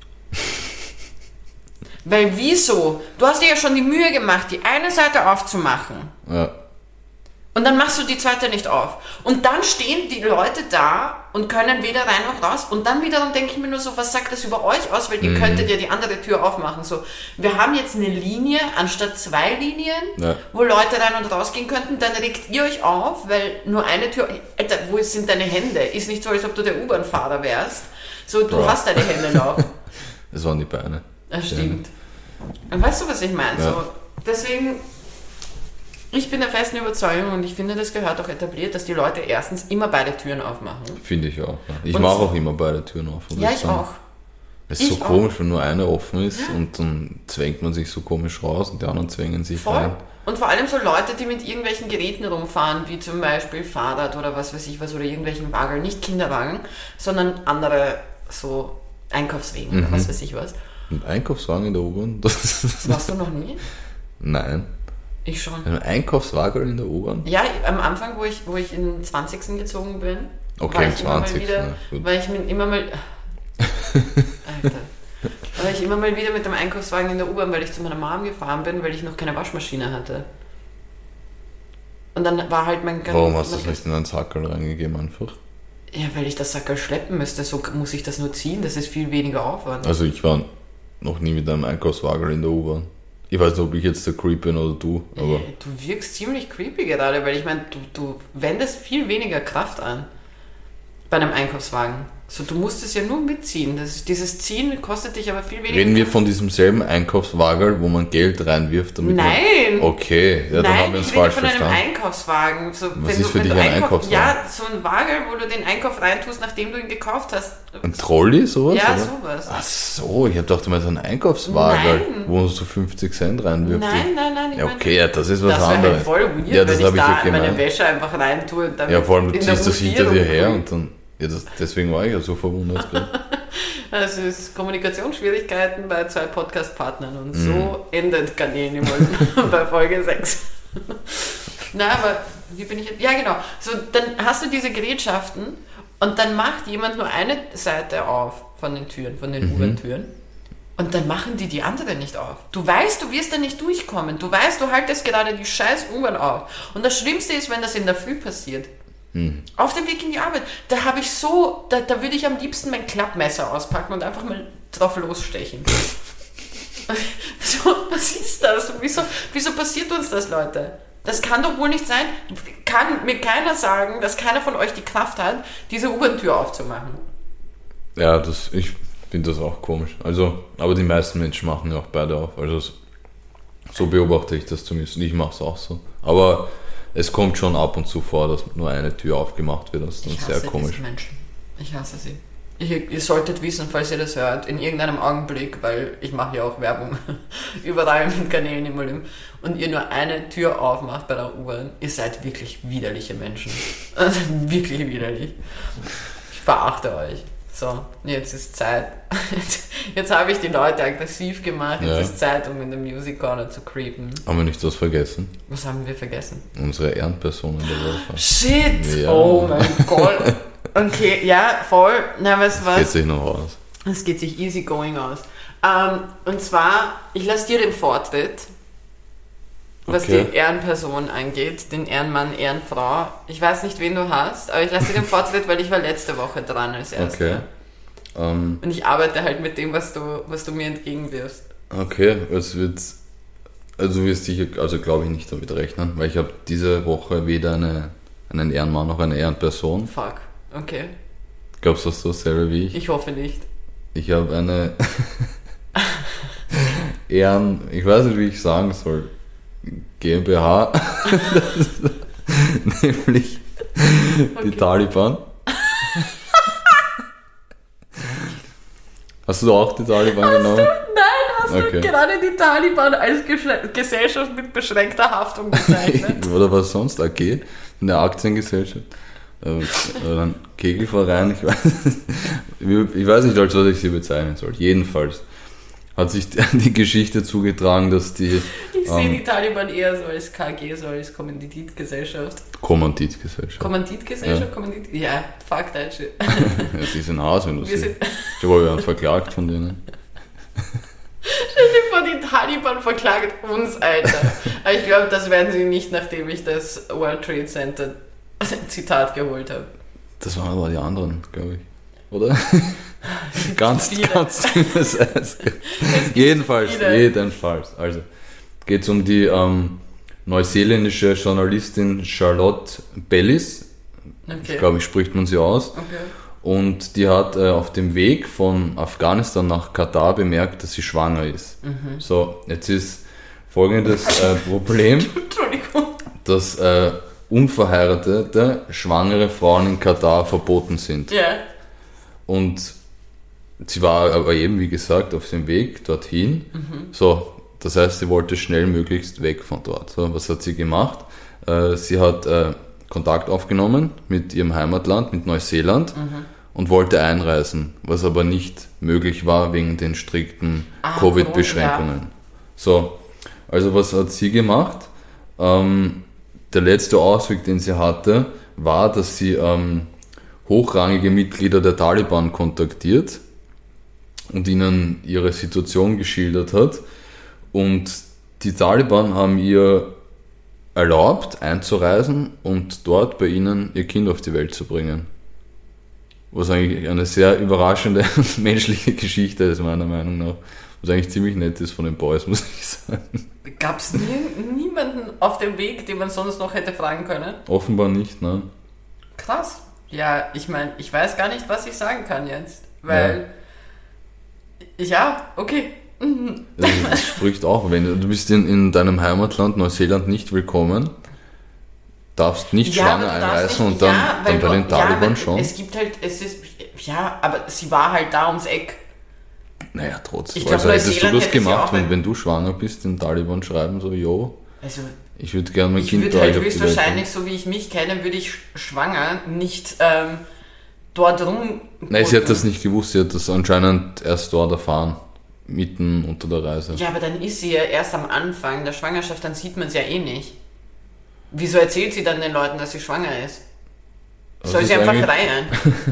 Weil wieso? Du hast dir ja schon die Mühe gemacht, die eine Seite aufzumachen. Ja. Und dann machst du die zweite nicht auf. Und dann stehen die Leute da und können weder rein noch raus. Und dann wiederum denke ich mir nur so, was sagt das über euch aus? Weil ihr könntet ja die andere Tür aufmachen. So, wir haben jetzt eine Linie anstatt 2 Linien, wo Leute rein und rausgehen könnten. Dann regt ihr euch auf, weil nur eine Tür... Alter, wo sind deine Hände? Ist nicht so, als ob du der U-Bahn-Fahrer wärst. So, du hast deine Hände noch. Das waren die Beine. Das stimmt. Und weißt du, was ich meine? Ja. So, deswegen, ich bin der festen Überzeugung und ich finde, das gehört auch etabliert, dass die Leute erstens immer beide Türen aufmachen. Finde ich auch. Ja. Ich mache auch immer beide Türen auf. Ja, ich auch. Es ist so komisch, wenn nur eine offen ist und dann zwängt man sich so komisch raus und die anderen zwängen sich rein. Und vor allem so Leute, die mit irgendwelchen Geräten rumfahren, wie zum Beispiel Fahrrad oder was weiß ich was oder irgendwelchen Wagen, nicht Kinderwagen, sondern andere so Einkaufswegen oder was weiß ich was. Ein Einkaufswagen in der U-Bahn? Warst du noch nie? Nein. Ich schon. Ein Einkaufswagen in der U-Bahn? Ja, am Anfang, wo ich in den 20. gezogen bin, okay, im 20. Weil ich immer mal... Alter. Aber ich immer mal wieder mit dem Einkaufswagen in der U-Bahn, weil ich zu meiner Mom gefahren bin, weil ich noch keine Waschmaschine hatte. Und dann war halt mein... Warum hast du das nicht in einen Sackerl reingegeben einfach? Ja, weil ich das Sackerl schleppen müsste, so muss ich das nur ziehen, das ist viel weniger Aufwand. Also ich war noch nie mit einem Einkaufswagen in der U-Bahn. Ich weiß nicht, ob ich jetzt der Creep bin oder du, aber... Du wirkst ziemlich creepy gerade, weil ich meine, du wendest viel weniger Kraft an bei einem Einkaufswagen. So, du musst es ja nur mitziehen. Dieses Ziehen kostet dich aber viel weniger. Reden wir von diesem selben Einkaufswagen, wo man Geld reinwirft? Damit Nein! Okay, ja, dann haben wir uns falsch verstanden. Nein, ich rede von einem Einkaufswagen. So, was ist für dich ein Einkaufswagen? Ja, so ein Wagen, wo du den Einkauf reintust, nachdem du ihn gekauft hast. Ein Trolley, sowas? Ja, oder? sowas. Ach so, ich hab gedacht, du meinst ein Einkaufswagen, wo man so 50 Cent reinwirft. Nein. Ja, okay, ja, das ist was anderes. Das wäre halt voll weird, ja, das wenn ich da ich meine Wäsche einfach reintue. Und dann ja, vor allem, du ziehst das hinter dir her und und dann... Ja, deswegen war ich ja so verwundert. Also es ist Kommunikationsschwierigkeiten bei 2 Podcast-Partnern und so endet Garnelen bei Folge 6. Na, aber wie bin ich jetzt? Ja, genau. So, dann hast du diese Gerätschaften und dann macht jemand nur eine Seite auf von den Türen, von den U-Bahn-Türen und dann machen die andere nicht auf. Du weißt, du wirst da nicht durchkommen. Du weißt, du haltest gerade die scheiß U-Bahn auf. Und das Schlimmste ist, wenn das in der Früh passiert. Auf dem Weg in die Arbeit, da habe ich so, da würde ich am liebsten mein Klappmesser auspacken und einfach mal drauf losstechen. So, was ist das? Wieso passiert uns das, Leute? Das kann doch wohl nicht sein. Kann mir keiner sagen, dass keiner von euch die Kraft hat, diese U-Bahn-Tür aufzumachen. Ja, ich finde das auch komisch. Also, aber die meisten Menschen machen ja auch beide auf. Also so beobachte ich das zumindest. Ich mache es auch so. Aber es kommt schon ab und zu vor, dass nur eine Tür aufgemacht wird. Das ist dann sehr komisch. Diese Menschen. Ich hasse sie. Ihr solltet wissen, falls ihr das hört, in irgendeinem Augenblick, weil ich mache ja auch Werbung überall mit Kanälen im Leben und ihr nur eine Tür aufmacht bei der U-Bahn, ihr seid wirklich widerliche Menschen. Also wirklich widerlich. Ich verachte euch. So, jetzt ist Zeit. Jetzt habe ich die Leute aggressiv gemacht. Jetzt ist Zeit, um in der Music Corner zu creepen. Haben wir nicht was vergessen? Was haben wir vergessen? Unsere Ehrenperson in der Woche. Shit! Ja. Oh mein Gott. Okay, ja, voll. Na, weißt du was? Geht sich noch aus. Es geht sich easy going aus. Und zwar, ich lasse dir den Vortritt, was die Ehrenperson angeht, den Ehrenmann, Ehrenfrau. Ich weiß nicht, wen du hast, aber ich lasse dir den Vortritt, weil ich war letzte Woche dran als Erste. Okay. Und ich arbeite halt mit dem, was du mir entgegenwirfst. Okay, du wirst sicher, also glaube ich nicht damit rechnen, weil ich habe diese Woche weder einen Ehrenmann noch eine Ehrenperson. Fuck, okay. Glaubst du, das dasselbe wie ich? Ich hoffe nicht. Ich habe eine ich weiß nicht, wie ich sagen soll, GmbH, nämlich die Taliban. Hast du auch die Taliban genommen? Hast du gerade die Taliban als Gesellschaft mit beschränkter Haftung bezeichnet? Oder was sonst? AG? Eine Aktiengesellschaft? Oder ein Kegelverein? Ich weiß nicht, als was ich sie bezeichnen soll. Jedenfalls hat sich die Geschichte zugetragen, dass die... Ich sehe die Taliban eher so als KG, so als Kommanditgesellschaft. Kommanditgesellschaft? Ja. Ja, fuck that shit. Ja, die sind Haus, wenn du siehst. Ich habe ja verklagt von denen. Stell dir vor, die Taliban verklagt uns, Alter. Aber ich glaube, das werden sie nicht, nachdem ich das World Trade Center Zitat geholt habe. Das waren aber die anderen, glaube ich. Oder? ganz dünnes Eis. Jedenfalls. Also, geht es um die neuseeländische Journalistin Charlotte Bellis. Okay. Ich glaube, spricht man sie aus. Okay. Und die hat auf dem Weg von Afghanistan nach Katar bemerkt, dass sie schwanger ist. Mhm. So, jetzt ist folgendes Problem, dass unverheiratete, schwangere Frauen in Katar verboten sind. Ja. Yeah. Und sie war aber eben, wie gesagt, auf dem Weg dorthin. Mhm. So, das heißt, sie wollte schnellmöglichst weg von dort. So, was hat sie gemacht? Sie hat Kontakt aufgenommen mit ihrem Heimatland, mit Neuseeland, und wollte einreisen, was aber nicht möglich war wegen den strikten Covid-Beschränkungen. Ja. So, also was hat sie gemacht? Der letzte Ausweg, den sie hatte, war, dass sie hochrangige Mitglieder der Taliban kontaktiert und ihnen ihre Situation geschildert hat. Und die Taliban haben ihr erlaubt, einzureisen und dort bei ihnen ihr Kind auf die Welt zu bringen. Was eigentlich eine sehr überraschende menschliche Geschichte ist, meiner Meinung nach. Was eigentlich ziemlich nett ist von den Boys, muss ich sagen. Gab es niemanden auf dem Weg, den man sonst noch hätte fragen können? Offenbar nicht, nein. Krass. Ja, ich meine, ich weiß gar nicht, was ich sagen kann jetzt. Weil, okay. Das spricht auch, wenn du bist in deinem Heimatland Neuseeland nicht willkommen, darfst nicht schwanger einreisen und dann bei den Taliban schon. Es gibt halt, aber sie war halt da ums Eck. Naja, trotzdem. Also hättest du das gemacht, wenn du schwanger bist, den Taliban schreiben, so, also, ich würde gerne mein Kind da halt höchstwahrscheinlich, so wie ich mich kenne, würde ich schwanger nicht dort rum... Nein, sie hat das nicht gewusst, sie hat das anscheinend erst dort erfahren, mitten unter der Reise. Ja, aber dann ist sie ja erst am Anfang der Schwangerschaft, dann sieht man es ja eh nicht. Wieso erzählt sie dann den Leuten, dass sie schwanger ist? Soll sie einfach reihen?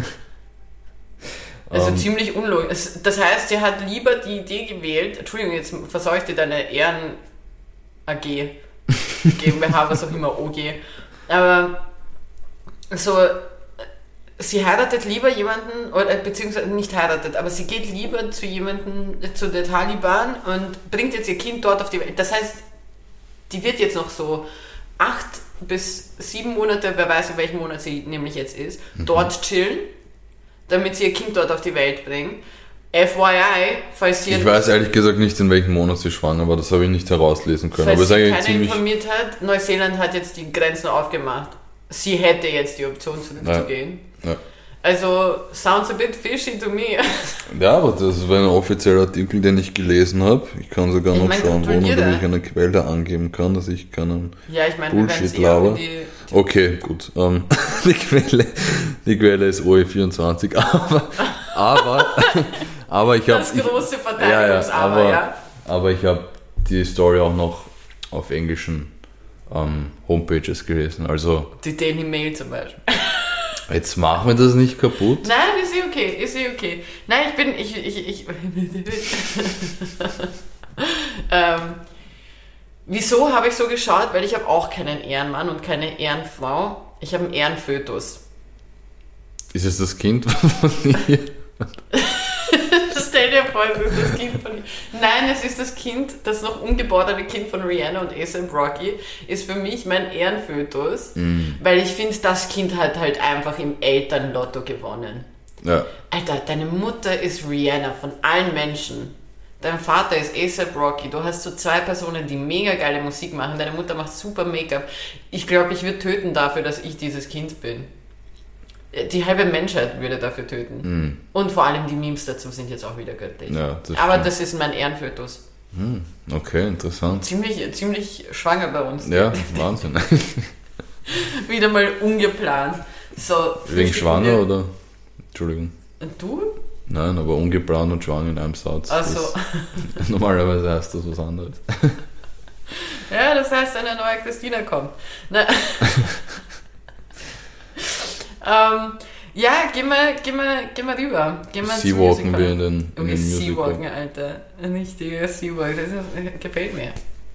Also ziemlich unlogisch. Das heißt, sie hat lieber die Idee gewählt, Entschuldigung, jetzt versau ich dir deine Ehren-AG, GmbH, was auch immer, OG, aber so, sie heiratet lieber jemanden, oder beziehungsweise nicht heiratet, aber sie geht lieber zu jemandem, zu der Taliban und bringt jetzt ihr Kind dort auf die Welt. Das heißt, die wird jetzt noch so 8 bis 7 Monate, wer weiß, in welchem Monat sie nämlich jetzt ist, dort chillen, damit sie ihr Kind dort auf die Welt bringen. FYI, falls sie... Ich weiß ehrlich gesagt nicht, in welchem Monat sie schwanger war, das habe ich nicht herauslesen können. Falls sie keiner informiert hat, Neuseeland hat jetzt die Grenzen aufgemacht. Sie hätte jetzt die Option, zurückzugehen. Ja. Also, sounds a bit fishy to me. Ja, aber das war ein offizieller Artikel, den ich gelesen habe. Ich kann sogar noch schauen, wo ich eine Quelle angeben kann, dass ich keinen Bullshit laber. Okay, gut. Die Quelle ist OE24, aber ich habe... Das große Verteidigungsaber, aber ich habe die Story auch noch auf englischen Homepages gelesen, also... Die Daily Mail zum Beispiel. Jetzt machen wir das nicht kaputt. Nein, ist okay. Nein, wieso habe ich so geschaut? Weil ich habe auch keinen Ehrenmann und keine Ehrenfrau. Ich habe einen Ehrenfötus. Ist es das Kind von dir? Stell dir vor, es ist das Kind von... Nein, es ist das Kind, das noch ungeborene Kind von Rihanna und A$AP Rocky, ist für mich mein Ehrenfötus, weil ich finde, das Kind hat halt einfach im Elternlotto gewonnen. Ja. Alter, deine Mutter ist Rihanna von allen Menschen. Dein Vater ist A$AP Rocky. Du hast so 2 Personen, die mega geile Musik machen. Deine Mutter macht super Make-up. Ich glaube, ich würde töten dafür, dass ich dieses Kind bin. Die halbe Menschheit würde dafür töten. Und vor allem die Memes dazu sind jetzt auch wieder göttlich. Ja, aber das ist mein Ehrenfötus. Okay, interessant. Ziemlich schwanger bei uns. Ja, Wahnsinn. Wieder mal ungeplant. So, Wegen schwanger oder? Entschuldigung. Und du? Nein, aber ungeplant und schwanger in einem Satz. Ach so. Normalerweise heißt das was anderes. Ja, das heißt, eine neue Christina kommt. Na, ja, geh mal rüber. Seawalken wir in den Musical. Seawalken, Alter. Ein richtiger Seawalk. Das gefällt mir.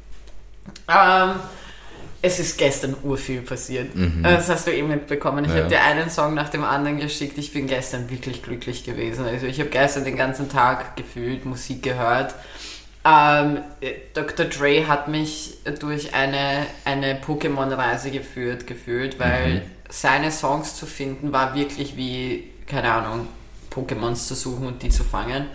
Es ist gestern urviel passiert. Das hast du eben mitbekommen. Ich habe dir einen Song nach dem anderen geschickt. Ich bin gestern wirklich glücklich gewesen. Also ich habe gestern den ganzen Tag gefühlt Musik gehört. Dr. Dre hat mich durch eine Pokémon-Reise gefühlt, weil seine Songs zu finden war wirklich wie, keine Ahnung, Pokémons zu suchen und die zu fangen.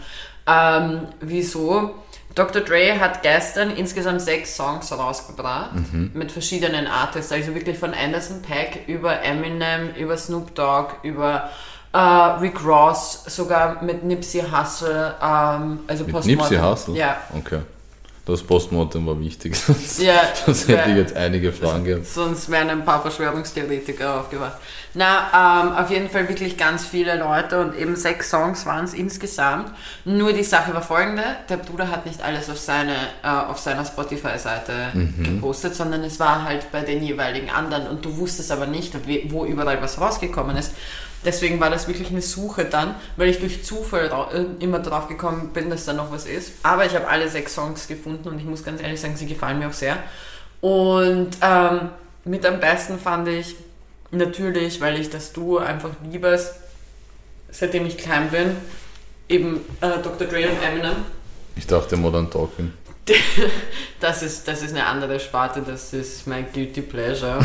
Wieso? Dr. Dre hat gestern insgesamt 6 Songs rausgebracht mit verschiedenen Artists, also wirklich von Anderson .Paak über Eminem, über Snoop Dogg, über Rick Ross, sogar mit Nipsey Hussle, also mit Postmortem. Nipsey Hussle? Ja. Okay. Das Postmortem war wichtig, sonst hätte ich jetzt einige Fragen gehabt. Sonst wären ein paar Verschwörungstheoretiker aufgewacht. Na, auf jeden Fall wirklich ganz viele Leute und eben 6 Songs waren es insgesamt. Nur die Sache war folgende, der Bruder hat nicht alles auf seiner Spotify-Seite gepostet, sondern es war halt bei den jeweiligen anderen und du wusstest aber nicht, wo überall was rausgekommen ist. Deswegen war das wirklich eine Suche dann, weil ich durch Zufall immer drauf gekommen bin, dass da noch was ist. Aber ich habe alle 6 Songs gefunden und ich muss ganz ehrlich sagen, sie gefallen mir auch sehr. Und mit am besten fand ich natürlich, weil ich das Duo einfach liebe, seitdem ich klein bin, eben Dr. Dre und Eminem. Ich dachte Modern Talking. Das ist eine andere Sparte, das ist mein Guilty Pleasure.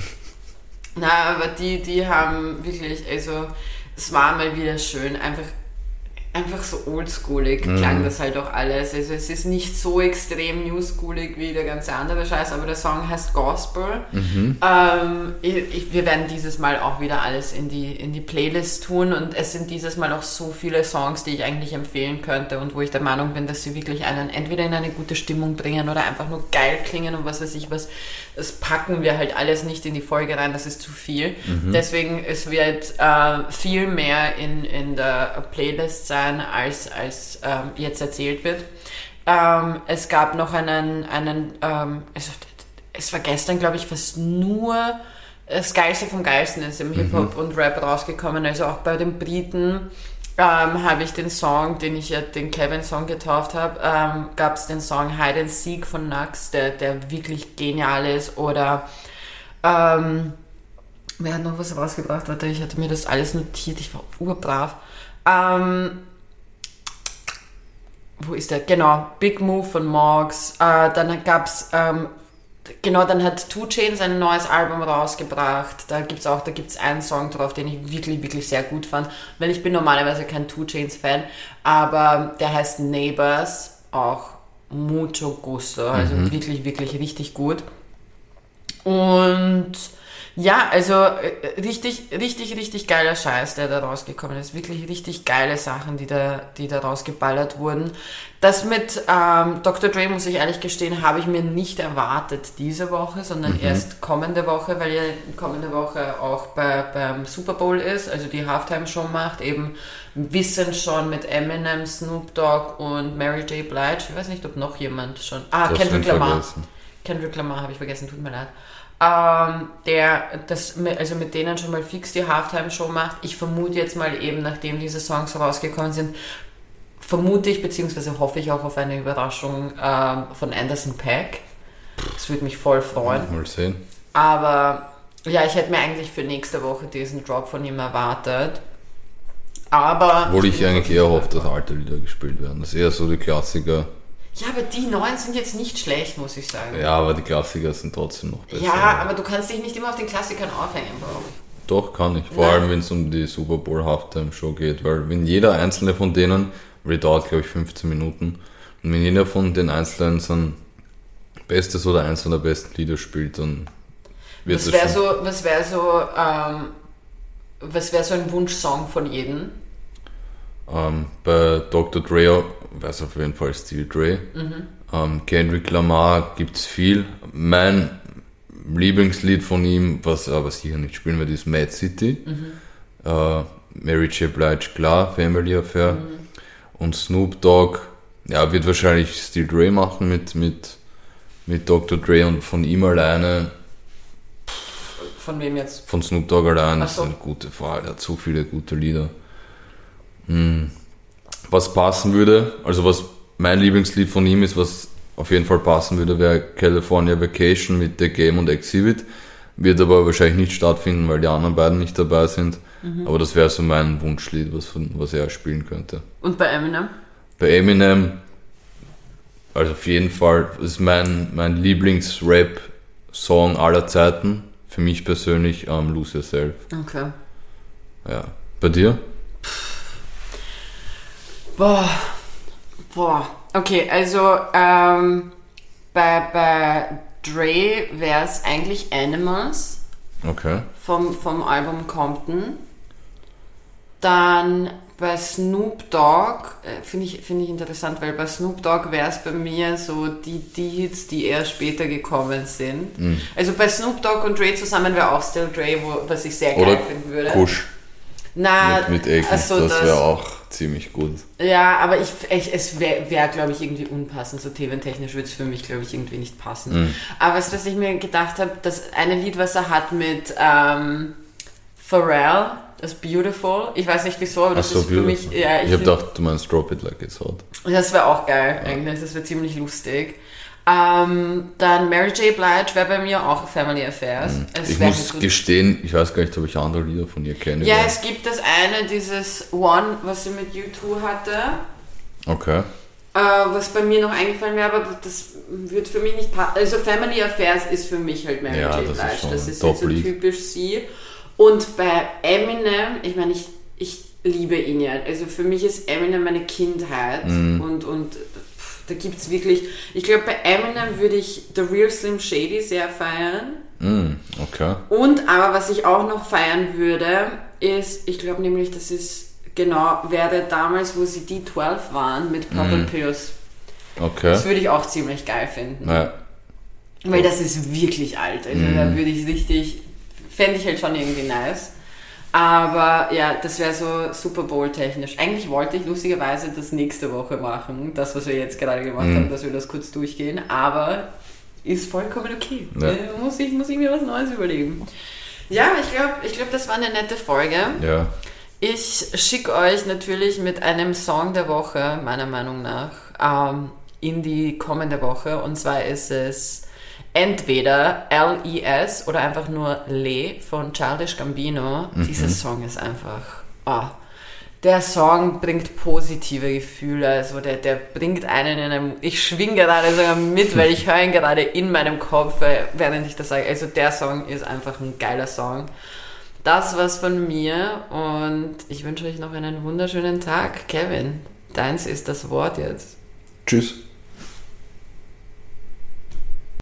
Na, aber die haben wirklich, also es war mal wieder schön, einfach so oldschoolig klang das halt auch alles. Also es ist nicht so extrem newschoolig wie der ganze andere Scheiß, aber der Song heißt Gospel. Wir werden dieses Mal auch wieder alles in die Playlist tun und es sind dieses Mal auch so viele Songs, die ich eigentlich empfehlen könnte und wo ich der Meinung bin, dass sie wirklich einen entweder in eine gute Stimmung bringen oder einfach nur geil klingen und was weiß ich was. Das packen wir halt alles nicht in die Folge rein, das ist zu viel. Deswegen, es wird viel mehr in der Playlist sein, als jetzt erzählt wird. Es gab noch es war gestern, glaube ich, fast nur das Geilste vom Geilsten ist im Hip-Hop und Rap rausgekommen. Also auch bei den Briten habe ich den Song, den ich ja den Kevin-Song getauft habe, gab es den Song Hide and Seek von Nux, der wirklich genial ist. Oder wer hat noch was rausgebracht? Warte, ich hatte mir das alles notiert, ich war urbrav. Wo ist der? Genau, Big Move von Morgs. Dann gab's, dann hat 2 Chainz ein neues Album rausgebracht. Da gibt's einen Song drauf, den ich wirklich, wirklich sehr gut fand. Weil ich bin normalerweise kein 2 Chainz Fan, aber der heißt Neighbors, auch mucho gusto, also wirklich, wirklich richtig gut. Und ja, also richtig, richtig, richtig geiler Scheiß, der da rausgekommen ist. Wirklich richtig geile Sachen, die da rausgeballert wurden. Das mit Dr. Dre, muss ich ehrlich gestehen, habe ich mir nicht erwartet diese Woche, sondern erst kommende Woche, weil ja kommende Woche auch beim Super Bowl ist, also die Halftime-Show macht, eben wissend schon mit Eminem, Snoop Dogg und Mary J. Blige. Ich weiß nicht, ob noch jemand schon... Kendrick Lamar. Kendrick Lamar habe ich vergessen, tut mir leid. Also mit denen schon mal fix die Halftime-Show macht. Ich vermute jetzt mal eben, nachdem diese Songs rausgekommen sind, vermute ich, beziehungsweise hoffe ich auch auf eine Überraschung von Anderson .Paak. Das würde mich voll freuen. Mal sehen. Aber ja, ich hätte mir eigentlich für nächste Woche diesen Drop von ihm erwartet. Aber... Obwohl ich eigentlich eher hoffe, dass alte Lieder gespielt werden. Das ist eher so die Klassiker. Ja, aber die neuen sind jetzt nicht schlecht, muss ich sagen. Ja, aber die Klassiker sind trotzdem noch besser. Ja, aber du kannst dich nicht immer auf den Klassikern aufhängen, Bro. Doch, kann ich. Vor allem, wenn es um die Super Bowl Halftime Show geht, weil wenn jeder einzelne von denen, die dauert glaube ich 15 Minuten, und wenn jeder von den Einzelnen sein bestes oder eins der besten Lieder spielt, dann wird es schon... Was wäre so ein Wunschsong von jedem? Bei Dr. Dre wäre es auf jeden Fall Steel Dre. Kendrick Lamar gibt es viel. Mein Lieblingslied von ihm, was aber sicher nicht spielen wird, ist Mad City. Mary J. Blige, klar, Family Affair. Und Snoop Dogg, ja, wird wahrscheinlich Steel Dre machen mit Dr. Dre und von ihm alleine. Von wem jetzt? Von Snoop Dogg allein. Ach so. Das ist eine gute Frage, er hat so viele gute Lieder. Was passen würde, also was mein Lieblingslied von ihm ist, was auf jeden Fall passen würde, wäre California Vacation mit The Game und Exhibit. Wird aber wahrscheinlich nicht stattfinden, weil die anderen beiden nicht dabei sind. Aber das wäre so mein Wunschlied, was er spielen könnte. Und bei Eminem? Bei Eminem, also auf jeden Fall, ist mein Lieblings-Rap-Song aller Zeiten. Für mich persönlich Lose Yourself. Okay. Ja. Bei dir? Boah. Okay, also bei Dre wäre es eigentlich Animals Okay. vom Album Compton. Dann bei Snoop Dogg finde ich interessant, weil bei Snoop Dogg wäre es bei mir so die Hits, die eher später gekommen sind. Also bei Snoop Dogg und Dre zusammen wäre auch Still Dre, was ich sehr geil finden würde. Kusch Na, mit Akon, also das wäre auch ziemlich gut. Ja, aber es wäre, glaube ich, irgendwie unpassend. So thementechnisch würde es für mich, glaube ich, irgendwie nicht passen. Aber was ich mir gedacht habe, das eine Lied, was er hat mit Pharrell, das Beautiful. Ich weiß nicht wieso, aber das ist für mich... Ja, ich habe gedacht, du meinst Drop It Like It's Hot. Das wäre auch geil, eigentlich. Das wäre ziemlich lustig. Dann Mary J. Blige wäre bei mir auch Family Affairs. Ich muss gestehen, ich weiß gar nicht, ob ich andere Lieder von ihr kenne. Ja, es gibt das eine, dieses One, was sie mit U2 hatte. Okay. Was bei mir noch eingefallen wäre, aber das wird für mich nicht passen. Also Family Affairs ist für mich halt Mary J. Blige. Das ist halt so typisch sie. Und bei Eminem, ich meine, ich liebe ihn ja. Also für mich ist Eminem meine Kindheit. Und da gibt es wirklich... Ich glaube, bei Eminem würde ich The Real Slim Shady sehr feiern. Okay. Und aber was ich auch noch feiern würde, ist, ich glaube nämlich, das ist... Genau, wäre damals, wo sie D12 waren mit Purple Pills. Okay. Das würde ich auch ziemlich geil finden. Ja. Weil das ist wirklich alt. Also da würde ich richtig... Fände ich halt schon irgendwie nice. Aber ja, das wäre so Super Bowl technisch. Eigentlich wollte ich lustigerweise das nächste Woche machen. Das, was wir jetzt gerade gemacht haben, dass wir das kurz durchgehen. Aber ist vollkommen okay. Ja. Muss ich mir was Neues überlegen. Ja, ich glaube, das war eine nette Folge. Ja. Ich schicke euch natürlich mit einem Song der Woche, meiner Meinung nach, in die kommende Woche. Und zwar ist es entweder L.E.S. oder einfach nur Le von Childish Gambino. Dieser Song ist einfach... der Song bringt positive Gefühle. Also der bringt einen in einem... Ich schwinge gerade sogar mit, weil ich höre ihn gerade in meinem Kopf, während ich das sage. Also der Song ist einfach ein geiler Song. Das war's von mir und ich wünsche euch noch einen wunderschönen Tag. Kevin, deins ist das Wort jetzt. Tschüss.